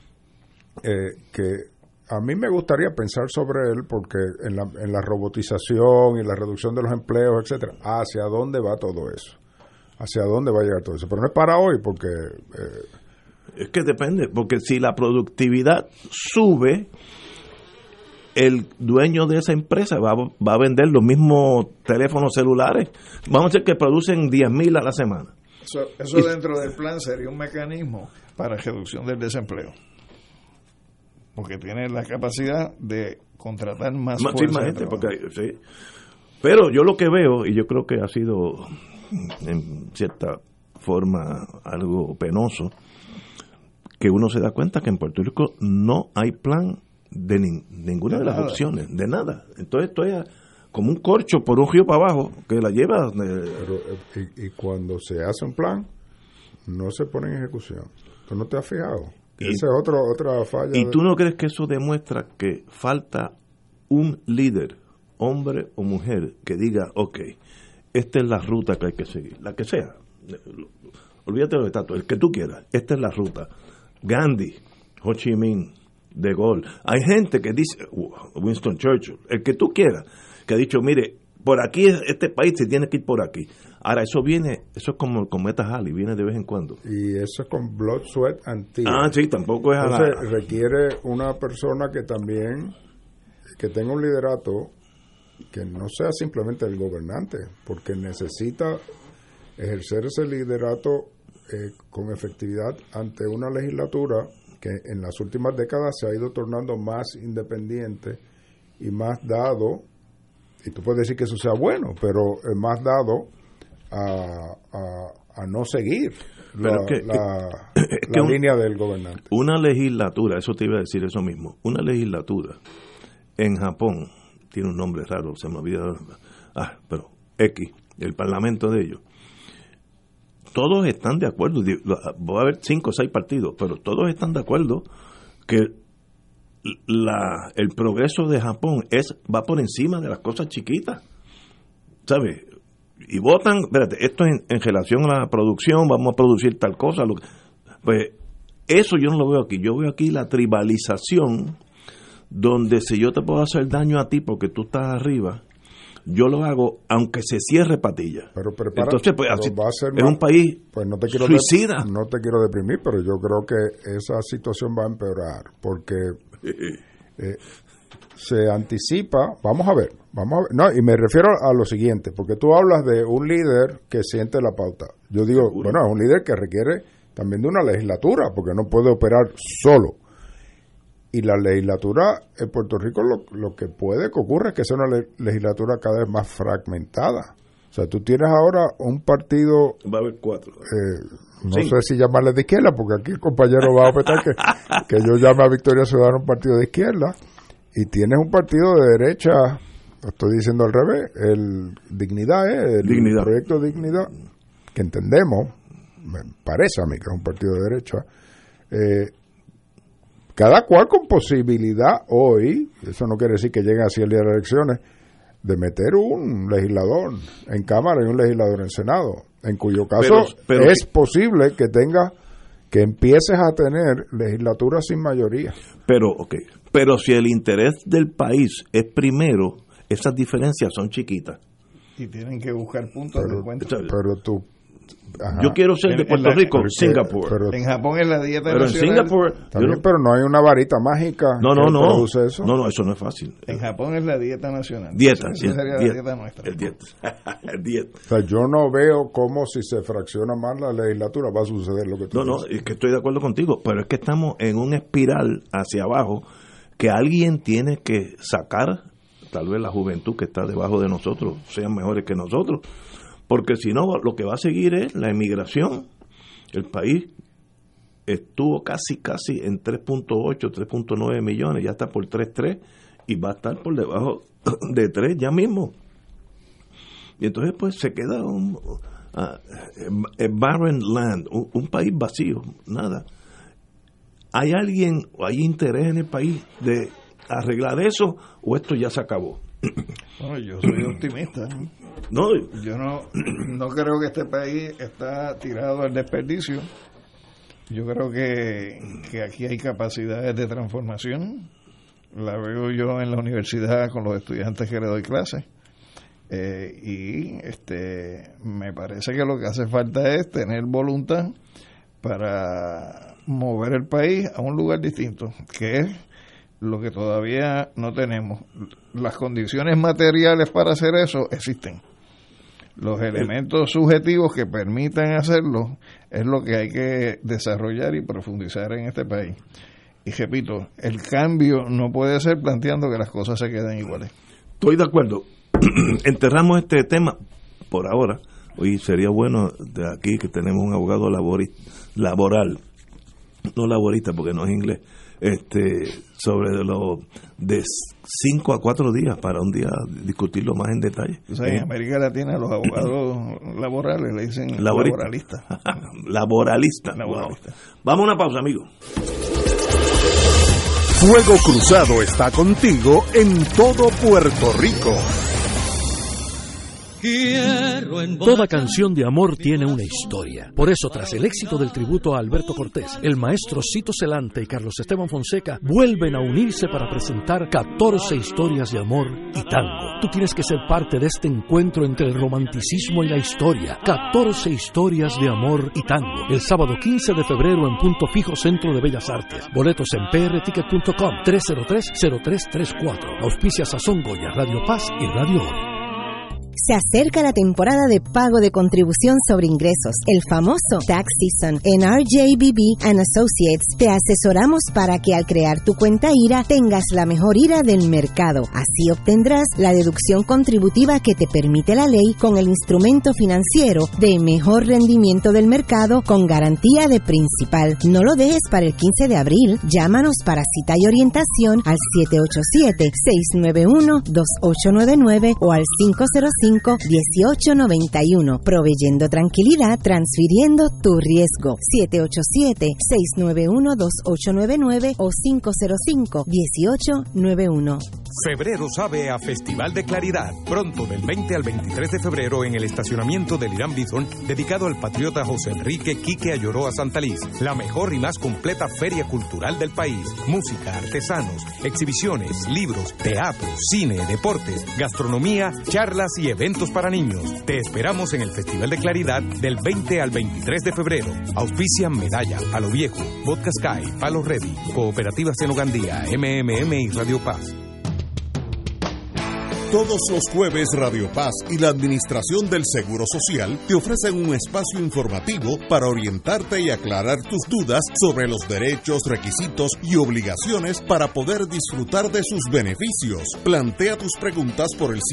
que a mí me gustaría pensar sobre él, porque en la robotización y la reducción de los empleos, etcétera, ¿hacia dónde va todo eso? ¿Hacia dónde va a llegar todo eso? Pero no es para hoy, porque... es que depende, porque si la productividad sube, el dueño de esa empresa va a vender los mismos teléfonos celulares. Vamos a decir que producen 10,000 a la semana. Eso dentro del plan sería un mecanismo para reducción del desempleo, porque tiene la capacidad de contratar más fuerza de gente, porque, sí. Pero yo lo que veo, y yo creo que ha sido en cierta forma algo penoso, que uno se da cuenta que en Puerto Rico no hay plan de ninguna de las opciones, de nada. Entonces esto es como un corcho por un río para abajo que la lleva. Y cuando se hace un plan, no se pone en ejecución. ¿Tú no te has fijado? Esa es otra falla. ¿Y tú no crees que eso demuestra que falta un líder, hombre o mujer, que diga, ok, esta es la ruta que hay que seguir, la que sea? Olvídate de los estatus, el que tú quieras, esta es la ruta. Gandhi, Ho Chi Minh, De Gaulle. Hay gente que dice, Winston Churchill, el que tú quieras, que ha dicho, mire, por aquí este país se tiene que ir por aquí. Ahora, eso es como el cometa Halley, viene de vez en cuando. Y eso es con blood, sweat and tears. Sí, tampoco es Entonces, requiere una persona que también, que tenga un liderato, que no sea simplemente el gobernante, porque necesita ejercer ese liderato con efectividad ante una legislatura que en las últimas décadas se ha ido tornando más independiente y más dado, y tú puedes decir que eso sea bueno, pero es más dado a no seguir la línea del gobernante. Una legislatura, eso te iba a decir eso mismo, una legislatura en Japón, tiene un nombre raro, se me olvidó, pero X, el parlamento de ellos, todos están de acuerdo, va a haber 5 o 6 partidos, pero todos están de acuerdo que el progreso de Japón va por encima de las cosas chiquitas, ¿sabes? Y votan, espérate, esto es en relación a la producción, vamos a producir tal cosa, pues eso yo no lo veo aquí, yo veo aquí la tribalización, donde si yo te puedo hacer daño a ti porque tú estás arriba, yo lo hago aunque se cierre patilla. Pero entonces pues así, va a ser es un país pues no te suicida. No te quiero deprimir, pero yo creo que esa situación va a empeorar porque se anticipa. Vamos a ver. No, y me refiero a lo siguiente, porque tú hablas de un líder que siente la pauta. Yo digo, bueno, es un líder que requiere también de una legislatura, porque no puede operar solo. Y la legislatura en Puerto Rico lo que puede que ocurra es que sea una legislatura cada vez más fragmentada. O sea, tú tienes ahora un partido... Va a haber 4. No sé si llamarle de izquierda, porque aquí el compañero va a operar que yo llame a Victoria Ciudadana un partido de izquierda. Y tienes un partido de derecha, lo estoy diciendo al revés, el Dignidad, el proyecto Dignidad, que entendemos, me parece a mí que es un partido de derecha, cada cual con posibilidad hoy, eso no quiere decir que lleguen así el día de las elecciones, de meter un legislador en Cámara y un legislador en Senado, en cuyo caso pero es posible que empieces a tener legislaturas sin mayoría. Pero si el interés del país es primero, esas diferencias son chiquitas. Y tienen que buscar puntos de encuentro. Pero tú... Ajá. Yo quiero ser de Puerto Rico, Singapur. En Japón es la dieta pero nacional. En Singapur, también, pero no hay una varita mágica no. produce eso. No, eso no es fácil. En Japón es la dieta nacional. Dieta, esa sería la dieta nuestra. El dieta. O sea, yo no veo cómo si se fracciona más la legislatura va a suceder lo que tú dices. No, es que estoy de acuerdo contigo, pero es que estamos en una espiral hacia abajo que alguien tiene que sacar, tal vez la juventud que está debajo de nosotros sean mejores que nosotros. Porque si no, lo que va a seguir es la emigración. El país estuvo casi en 3.8, 3.9 millones, ya está por 3.3 y va a estar por debajo de 3 ya mismo. Y entonces pues se queda un barren land, un país vacío, nada. ¿Hay alguien o hay interés en el país de arreglar eso o esto ya se acabó? Bueno, yo soy optimista. No, yo no creo que este país está tirado al desperdicio. Yo creo que aquí hay capacidades de transformación. La veo yo en la universidad con los estudiantes que le doy clases. Y me parece que lo que hace falta es tener voluntad para mover el país a un lugar distinto, que es lo que todavía no tenemos. Las condiciones materiales para hacer eso existen. Los elementos subjetivos que permitan hacerlo es lo que hay que desarrollar y profundizar en este país. Y repito, el cambio no puede ser planteando que las cosas se queden iguales. Estoy de acuerdo. Enterramos este tema por ahora. Hoy sería bueno de aquí que tenemos un abogado laboral, no laborista porque no es inglés, sobre lo de 5 a 4 días para un día discutirlo más en detalle. O sea, en América Latina los abogados laborales le dicen laboralistas. Laboralista. Wow. Vamos a una pausa, amigos. Fuego Cruzado está contigo en todo Puerto Rico. Toda canción de amor tiene una historia. Por eso, tras el éxito del tributo a Alberto Cortés, el maestro Cito Celante y Carlos Esteban Fonseca vuelven a unirse para presentar 14 historias de amor y tango. Tú tienes que ser parte de este encuentro entre el romanticismo y la historia. 14 historias de amor y tango. El sábado 15 de febrero en Punto Fijo, Centro de Bellas Artes. Boletos en prticket.com 303-0334. Auspicia Sazón Goya, Radio Paz y Radio Oro. Se acerca la temporada de pago de contribución sobre ingresos, el famoso Tax Season. En RJBB and Associates te asesoramos para que al crear tu cuenta IRA tengas la mejor IRA del mercado. Así obtendrás la deducción contributiva que te permite la ley con el instrumento financiero de mejor rendimiento del mercado con garantía de principal. No lo dejes para el 15 de abril. Llámanos para cita y orientación al 787-691-2899 o al 505-1891, proveyendo tranquilidad, transfiriendo tu riesgo. 787-691-2899 o 505-1891. Febrero sabe a Festival de Claridad. Pronto, del 20 al 23 de febrero, en el estacionamiento del Irán Bithorn, dedicado al patriota José Enrique Quique Ayoroa Santaliz. La mejor y más completa feria cultural del país. Música, artesanos, exhibiciones, libros, teatro, cine, deportes, gastronomía, charlas y eventos para niños. Te esperamos en el Festival de Claridad del 20 al 23 de febrero. Auspician Medalla, A lo Viejo, Vodka Sky, Palo Ready, Cooperativa Senogandía, MMM y Radio Paz. Todos los jueves Radio Paz y la Administración del Seguro Social te ofrecen un espacio informativo para orientarte y aclarar tus dudas sobre los derechos, requisitos y obligaciones para poder disfrutar de sus beneficios. Plantea tus preguntas por el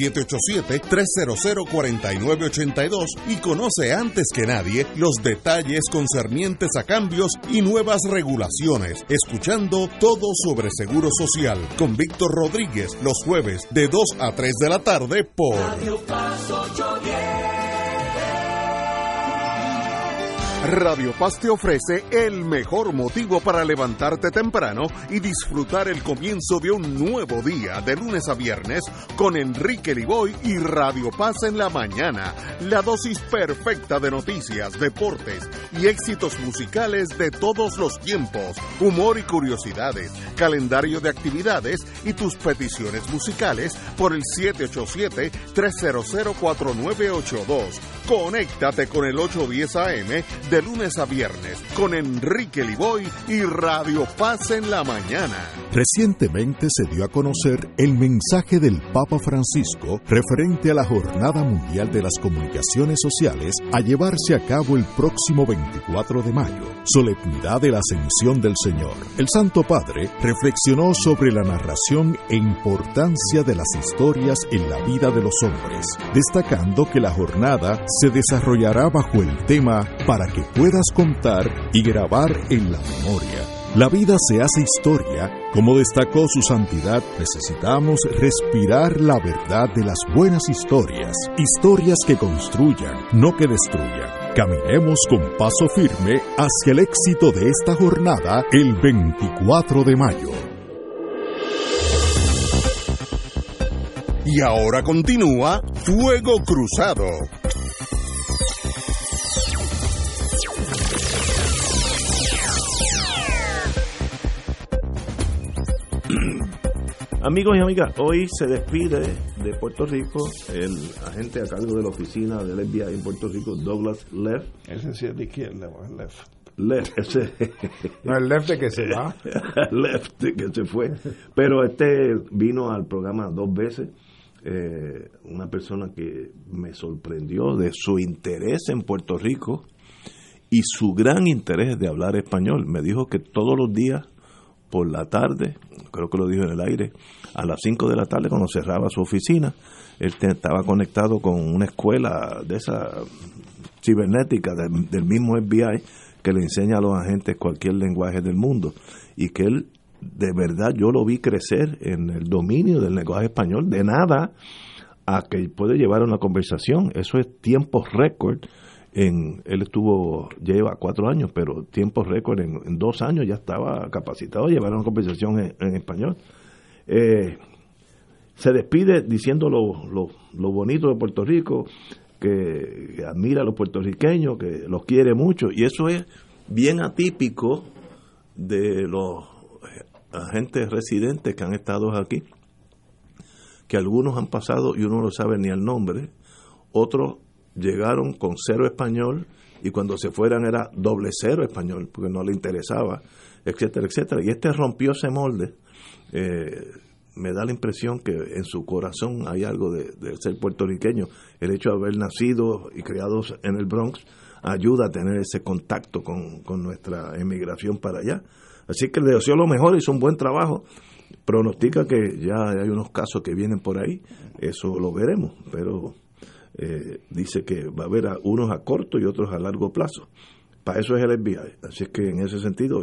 787-300-4982 y conoce antes que nadie los detalles concernientes a cambios y nuevas regulaciones, escuchando todo sobre Seguro Social con Víctor Rodríguez los jueves de 2 a 3 de la tarde por Radio Paz 810. Radio Paz te ofrece el mejor motivo para levantarte temprano y disfrutar el comienzo de un nuevo día de lunes a viernes con Enrique Liboy y Radio Paz en la mañana. La dosis perfecta de noticias, deportes y éxitos musicales de todos los tiempos, humor y curiosidades, calendario de actividades y tus peticiones musicales por el 787-300-4982. Conéctate con el 810 AM de lunes a viernes con Enrique Liboy y Radio Paz en la mañana. Recientemente se dio a conocer el mensaje del Papa Francisco referente a la Jornada Mundial de las Comunicaciones Sociales a llevarse a cabo el próximo 24 de mayo, solemnidad de la Ascensión del Señor. El Santo Padre reflexionó sobre la narración e importancia de las historias en la vida de los hombres, destacando que la jornada se desarrollará bajo el tema para que puedas contar y grabar en la memoria. La vida se hace historia. Como destacó su santidad, necesitamos respirar la verdad de las buenas historias, historias que construyan, no que destruyan. Caminemos con paso firme hacia el éxito de esta jornada el 24 de mayo. Y ahora continúa Fuego Cruzado. Amigos y amigas, hoy se despide de Puerto Rico el agente a cargo de la oficina del FBI en Puerto Rico, Douglas Leff. Ese sí es de izquierda, Leff. Leff, ese. No, el Leff de que se va. Leff de que se fue. Pero vino al programa 2 veces. una persona que me sorprendió de su interés en Puerto Rico y su gran interés de hablar español. Me dijo que todos los días por la tarde, creo que lo dijo en el aire, a las 5 de la tarde cuando cerraba su oficina, él estaba conectado con una escuela de esa cibernética del mismo FBI que le enseña a los agentes cualquier lenguaje del mundo, y que él, de verdad, yo lo vi crecer en el dominio del lenguaje español, de nada a que puede llevar una conversación. Eso es tiempo récord. Él lleva 4 años, pero tiempo récord en 2 años ya estaba capacitado a llevar una conversación en español. Se despide diciendo lo bonito de Puerto Rico, que admira a los puertorriqueños, que los quiere mucho, y eso es bien atípico de los agentes residentes que han estado aquí, que algunos han pasado y uno no sabe ni el nombre, otros llegaron con 0 español y cuando se fueran era doble 0 español porque no le interesaba, etcétera, etcétera. Y rompió ese molde. Me da la impresión que en su corazón hay algo de ser puertorriqueño. El hecho de haber nacido y criado en el Bronx ayuda a tener ese contacto con nuestra emigración para allá. Así que le deseo lo mejor, hizo un buen trabajo. Pronostica que ya hay unos casos que vienen por ahí, eso lo veremos, pero dice que va a haber unos a corto y otros a largo plazo. Para eso es el FBI. Así que en ese sentido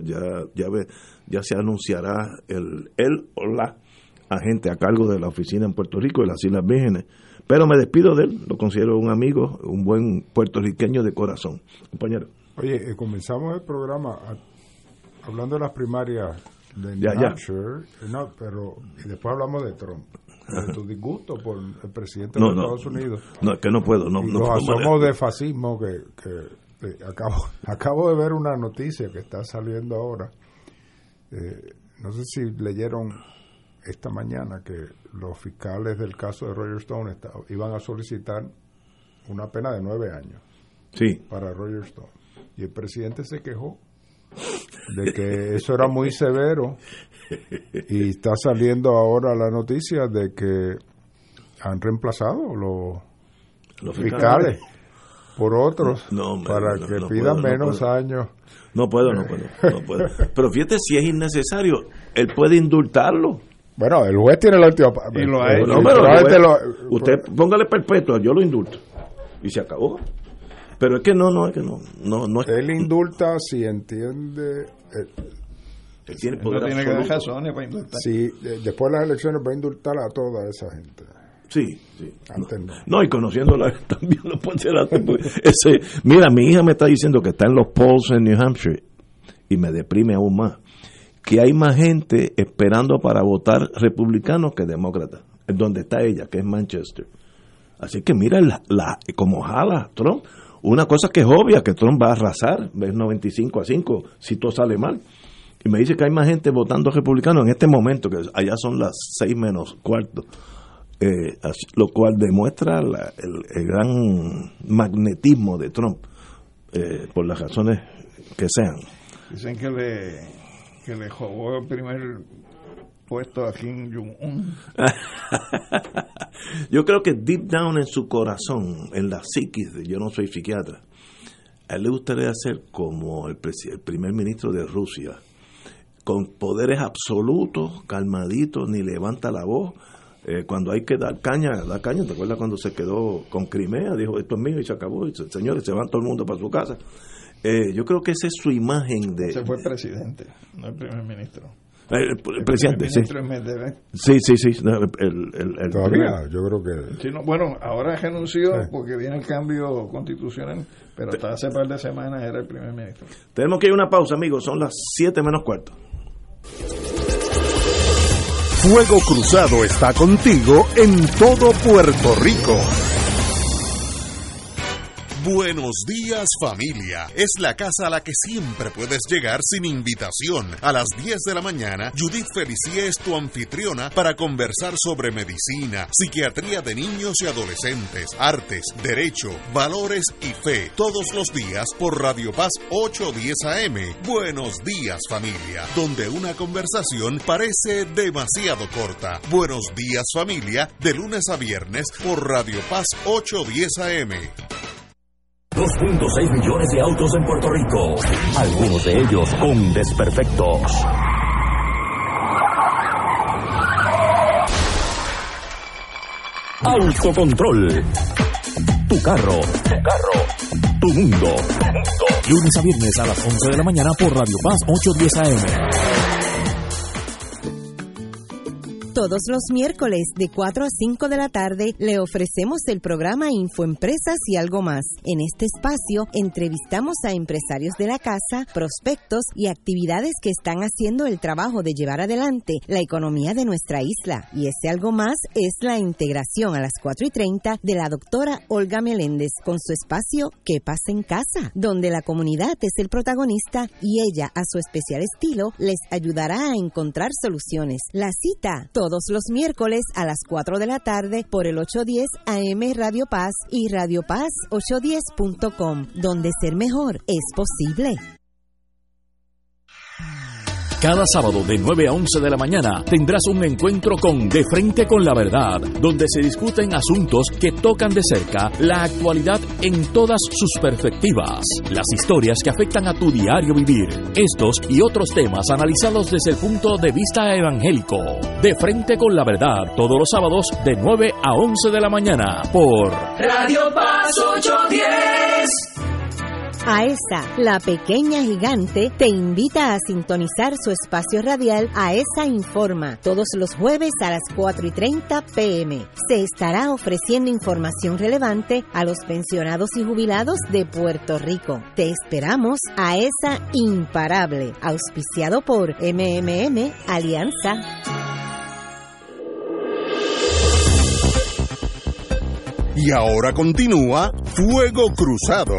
ya se anunciará él o la agente a cargo de la oficina en Puerto Rico, de las Islas Vírgenes. Pero me despido de él, lo considero un amigo, un buen puertorriqueño de corazón. Compañero. Oye, comenzamos el programa hablando de las primarias de New Hampshire, no, pero y después hablamos de Trump, de tu disgusto por el presidente de Estados Unidos. No, es que no puedo. Los asomos de fascismo que acabo de ver una noticia que está saliendo ahora. No sé si leyeron esta mañana que los fiscales del caso de Roger Stone iban a solicitar una pena de 9 años para Roger Stone. Y el presidente se quejó de que eso era muy severo y está saliendo ahora la noticia de que han reemplazado los fiscales por otros para que pidan menos años. No puedo. Pero fíjate, si es innecesario, él puede indultarlo. Bueno, el juez tiene la última parte. Y lo ha hecho. Usted póngale perpetua, yo lo indulto. Y se acabó. Pero es que no. Él indulta si entiende. Él tiene poder tiene que dar razones para indultar. Si después de las elecciones va a indultar a toda esa gente. Sí. Antes no, y conociéndola también lo puede hacer. Mira, mi hija me está diciendo que está en los polls en New Hampshire y me deprime aún más. Que hay más gente esperando para votar republicanos que demócratas. Es donde está ella, que es Manchester. Así que mira como jala Trump. Una cosa que es obvia, que Trump va a arrasar, es 95-5, si todo sale mal. Y me dice que hay más gente votando republicano en este momento, que allá son las 6:15, lo cual demuestra el gran magnetismo de Trump, por las razones que sean. Dicen que le robó el primer puesto a Kim Jong-un. Yo creo que deep down en su corazón, en la psiquis, yo no soy psiquiatra, a él le gustaría ser como el primer ministro de Rusia, con poderes absolutos, calmadito, ni levanta la voz. Cuando hay que dar caña, ¿te acuerdas cuando se quedó con Crimea? Dijo, esto es mío y se acabó, y señores, se van todo el mundo para su casa. Yo creo que esa es su imagen de... Ese fue el presidente, no el primer ministro. El presidente, sí. Sí. Todavía, yo creo que... Sí, bueno, ahora renunció porque viene el cambio constitucional, pero hasta hace par de semanas era el primer ministro. Tenemos que ir a una pausa, amigos, son las 7:15. Fuego Cruzado está contigo en todo Puerto Rico. Buenos días, familia. Es la casa a la que siempre puedes llegar sin invitación. A las 10 de la mañana, Judith Felicie es tu anfitriona para conversar sobre medicina, psiquiatría de niños y adolescentes, artes, derecho, valores y fe. Todos los días por Radio Paz 810 AM. Buenos días, familia. Donde una conversación parece demasiado corta. Buenos días, familia. De lunes a viernes por Radio Paz 810 AM. 2.6 millones de autos en Puerto Rico, algunos de ellos con desperfectos. Autocontrol. Tu carro. Tu mundo. Lunes a viernes a las 11 de la mañana por Radio Paz 810 AM. Todos los miércoles de 4 a 5 de la tarde le ofrecemos el programa Infoempresas y algo más. En este espacio entrevistamos a empresarios de la casa, prospectos y actividades que están haciendo el trabajo de llevar adelante la economía de nuestra isla. Y ese algo más es la integración a las 4:30 de la doctora Olga Meléndez con su espacio ¿Qué pasa en casa?, donde la comunidad es el protagonista y ella, a su especial estilo, les ayudará a encontrar soluciones. La cita todos los miércoles a las 4 de la tarde por el 810 AM Radio Paz y Radio Paz 810.com, donde ser mejor es posible. Cada sábado de 9 a 11 de la mañana tendrás un encuentro con De Frente con la Verdad, donde se discuten asuntos que tocan de cerca la actualidad en todas sus perspectivas, las historias que afectan a tu diario vivir, estos y otros temas analizados desde el punto de vista evangélico. De Frente con la Verdad, todos los sábados de 9 a 11 de la mañana por Radio Paz 810. AESA, la pequeña gigante, te invita a sintonizar su espacio radial AESA Informa, todos los jueves a las 4:30 p.m. Se estará ofreciendo información relevante a los pensionados y jubilados de Puerto Rico. Te esperamos, AESA Imparable, auspiciado por MMM Alianza. Y ahora continúa Fuego Cruzado.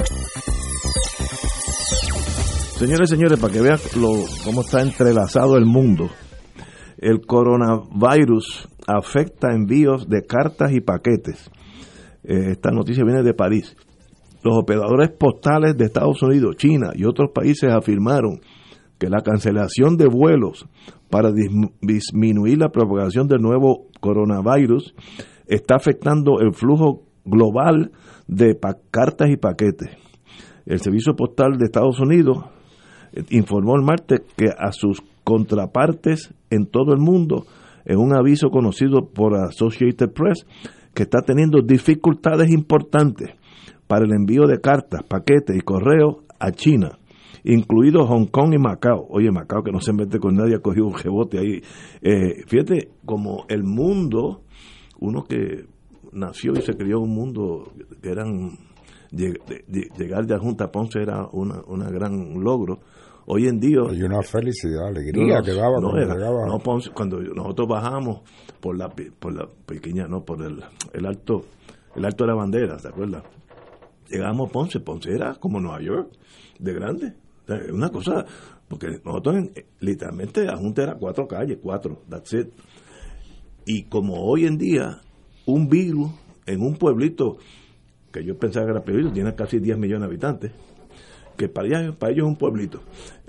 Señores, para que vean cómo está entrelazado el mundo, el coronavirus afecta envíos de cartas y paquetes. Esta noticia viene de París. Los operadores postales de Estados Unidos, China y otros países afirmaron que la cancelación de vuelos para disminuir la propagación del nuevo coronavirus está afectando el flujo global de cartas y paquetes. El Servicio Postal de Estados Unidos informó el martes que a sus contrapartes en todo el mundo, en un aviso conocido por Associated Press, que está teniendo dificultades importantes para el envío de cartas, paquetes y correos a China, incluidos Hong Kong y Macao. Oye, Macao, que no se mete con nadie, ha cogido un rebote ahí. Fíjate, como el mundo, uno que nació y se crió en un mundo que eran... Llegar de Junta Ponce era una gran logro. Hoy en día hay una felicidad, alegría que daba cuando llegaba. No, Ponce, cuando nosotros bajamos por la pequeña, no, por el alto de la bandera, ¿te acuerdas? Llegamos a Ponce era como Nueva York, de grande. O sea, una cosa, porque nosotros literalmente la Junta era 4 calles, that's it. Y como hoy en día un virus en un pueblito que yo pensaba que era pequeño, tiene casi 10 millones de habitantes, que para ellos es un pueblito,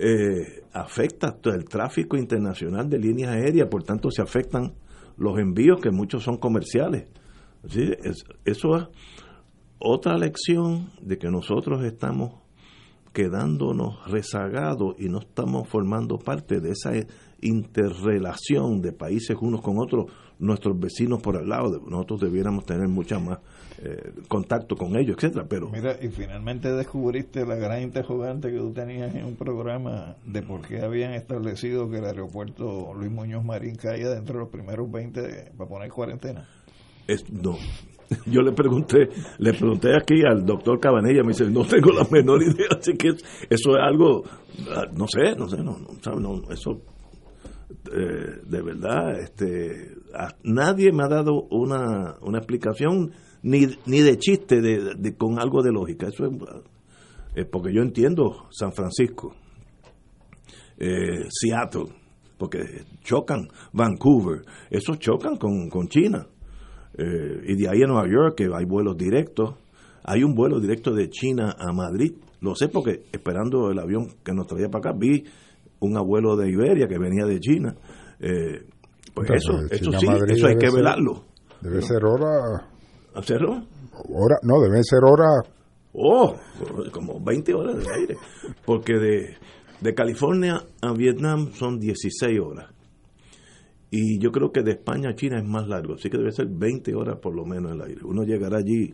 afecta todo el tráfico internacional de líneas aéreas, por tanto se afectan los envíos, que muchos son comerciales. ¿Sí? Eso es otra lección de que nosotros estamos quedándonos rezagados y no estamos formando parte de esa interrelación de países unos con otros, nuestros vecinos por al lado. Nosotros debiéramos tener mucha más contacto con ellos, etcétera. Pero mira, y finalmente descubriste la gran interrogante que tú tenías en un programa de por qué habían establecido que el aeropuerto Luis Muñoz Marín caía dentro de los primeros 20 para poner cuarentena. No. Yo le pregunté aquí al doctor Cabanilla, me dice, no tengo la menor idea, así que eso es algo, no sé, eso de verdad, nadie me ha dado una explicación ni de chiste, con algo de lógica. Eso es porque yo entiendo San Francisco, Seattle, porque chocan, Vancouver, esos chocan con China, y de ahí a Nueva York, que hay vuelos directos. Hay un vuelo directo de China a Madrid, lo sé porque esperando el avión que nos traía para acá, vi un abuelo de Iberia que venía de China. Pues eso sí, eso hay que velarlo. Debe ser hora. ¿Hacerlo? No, deben ser horas. Como 20 horas de aire. Porque de California a Vietnam son 16 horas. Y yo creo que de España a China es más largo. Así que debe ser 20 horas por lo menos el aire. Uno llegará allí.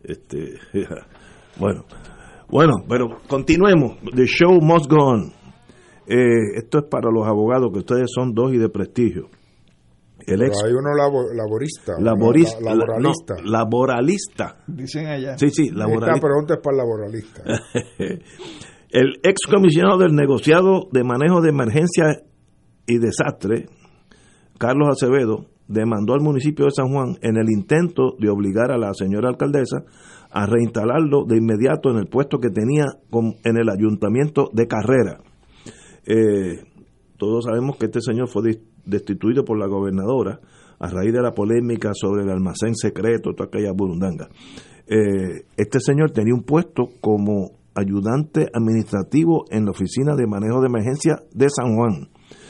Bueno, pero continuemos. The show must go on. Esto es para los abogados, que ustedes son dos y de prestigio. Hay uno laborista. Laboralista. Dicen allá. Sí, laboralista. Esta pregunta es para el laboralista. El ex comisionado del negociado de manejo de emergencia y desastre, Carlos Acevedo, demandó al municipio de San Juan en el intento de obligar a la señora alcaldesa a reinstalarlo de inmediato en el puesto que tenía en el ayuntamiento de Carrera. Todos sabemos que este señor fue destituido por la gobernadora a raíz de la polémica sobre el almacén secreto, toda aquella burundanga. Este señor tenía un puesto como ayudante administrativo en la oficina de manejo de emergencia de San Juan.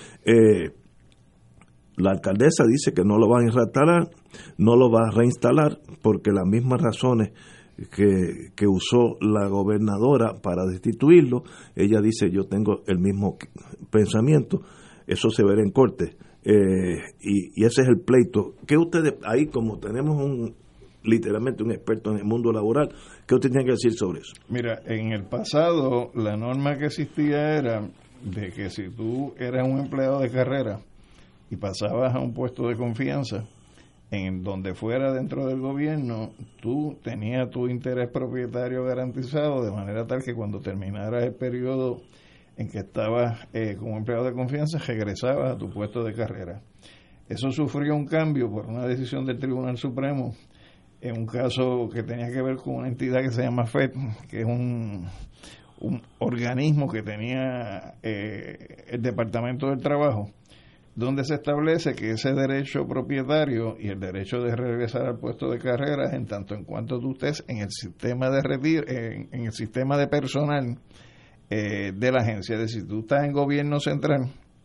La alcaldesa dice que no lo va a reinstalar porque las mismas razones que usó la gobernadora para destituirlo, ella dice, yo tengo el mismo pensamiento, eso se verá en corte, y ese es el pleito. ¿Qué ustedes, ahí como tenemos literalmente un experto en el mundo laboral, qué usted tiene que decir sobre eso? Mira, en el pasado la norma que existía era de que si tú eras un empleado de carrera y pasabas a un puesto de confianza, en donde fuera dentro del gobierno, tú tenías tu interés propietario garantizado, de manera tal que cuando terminara el periodo en que estabas como empleado de confianza, regresabas a tu puesto de carrera. Eso sufrió un cambio por una decisión del Tribunal Supremo en un caso que tenía que ver con una entidad que se llama FED, que es un organismo que tenía el Departamento del Trabajo, donde se establece que ese derecho propietario y el derecho de regresar al puesto de carrera, en tanto en cuanto tú estés en el sistema de retiro, en el sistema de personal de la agencia. Es decir, tú estás en gobierno central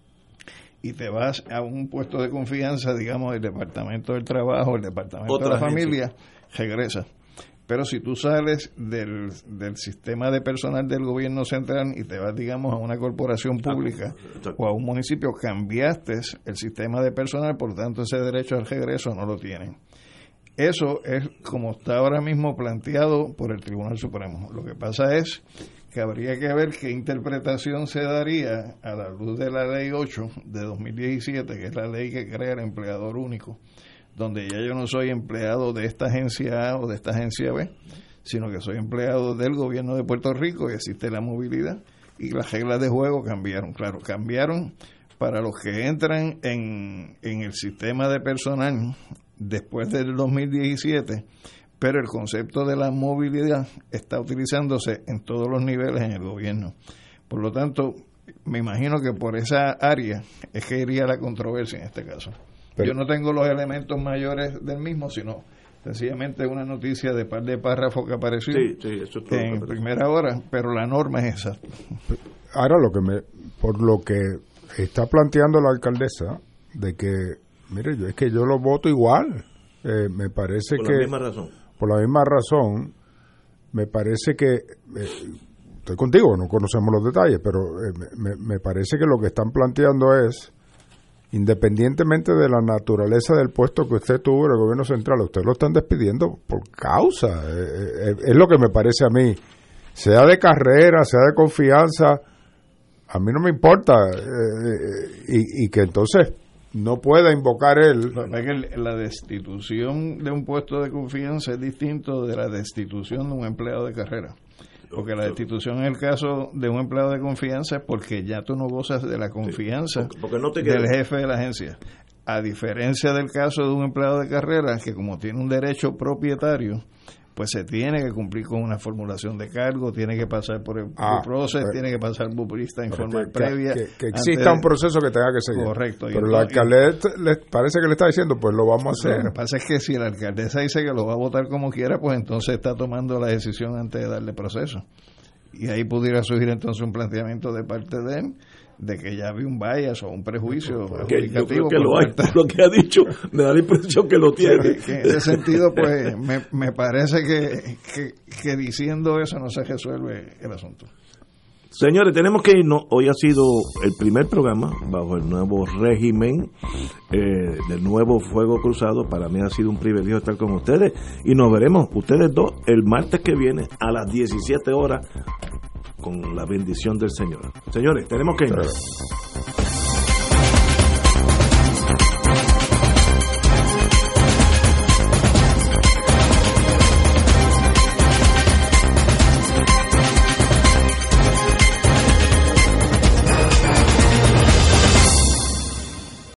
y te vas a un puesto de confianza, digamos, del Departamento del Trabajo, el Departamento de la Familia, regresas. Pero si tú sales del sistema de personal del gobierno central y te vas, digamos, a una corporación pública o a un municipio, cambiaste el sistema de personal, por tanto ese derecho al regreso no lo tienen. Eso es como está ahora mismo planteado por el Tribunal Supremo. Lo que pasa es que habría que ver qué interpretación se daría a la luz de la Ley 8 de 2017, que es la ley que crea el empleador único, donde ya yo no soy empleado de esta agencia A o de esta agencia B, sino que soy empleado del gobierno de Puerto Rico y existe la movilidad y las reglas de juego cambiaron. Claro, cambiaron para los que entran en el sistema de personal después del 2017, pero el concepto de la movilidad está utilizándose en todos los niveles en el gobierno. Por lo tanto, me imagino que por esa área es que iría la controversia en este caso. Pero yo no tengo los elementos mayores del mismo, sino sencillamente una noticia de par de párrafos que apareció eso es en primera hora, pero la norma es esa. Ahora por lo que está planteando la alcaldesa, de que, mire, yo lo voto igual, me parece por la misma razón. Por la misma razón, me parece que, estoy contigo, no conocemos los detalles, pero me parece que lo que están planteando es, independientemente de la naturaleza del puesto que usted tuvo en el gobierno central, usted lo están despidiendo por causa. Es lo que me parece a mí. Sea de carrera, sea de confianza, a mí no me importa. Y que entonces no pueda invocar él. La destitución de un puesto de confianza es distinto de la destitución de un empleado de carrera. Porque la destitución en el caso de un empleado de confianza es porque ya tú no gozas de la confianza porque no te del jefe de la agencia. a diferencia del caso de un empleado de carrera, que como tiene un derecho propietario, pues se tiene que cumplir con una formulación de cargo, tiene que pasar por el proceso, tiene que pasar por lista informal previa. Que exista un proceso que tenga que seguir. Correcto. Pero el alcalde parece que le está diciendo, pues lo vamos a hacer. Lo que pasa es que si la alcaldesa dice que lo va a votar como quiera, pues entonces está tomando la decisión antes de darle proceso. Y ahí pudiera surgir entonces un planteamiento de parte de él, de que ya había un bias o un prejuicio adjudicativo. Que lo hay, lo que ha dicho me da la impresión que lo tiene. Que en ese sentido, pues me parece que diciendo eso no se resuelve el asunto. Señores, tenemos que irnos. Hoy ha sido el primer programa bajo el nuevo régimen del nuevo Fuego Cruzado. Para mí ha sido un privilegio estar con ustedes y nos veremos ustedes dos el martes que viene a las 17 horas con la bendición del Señor. Señores, tenemos que irnos.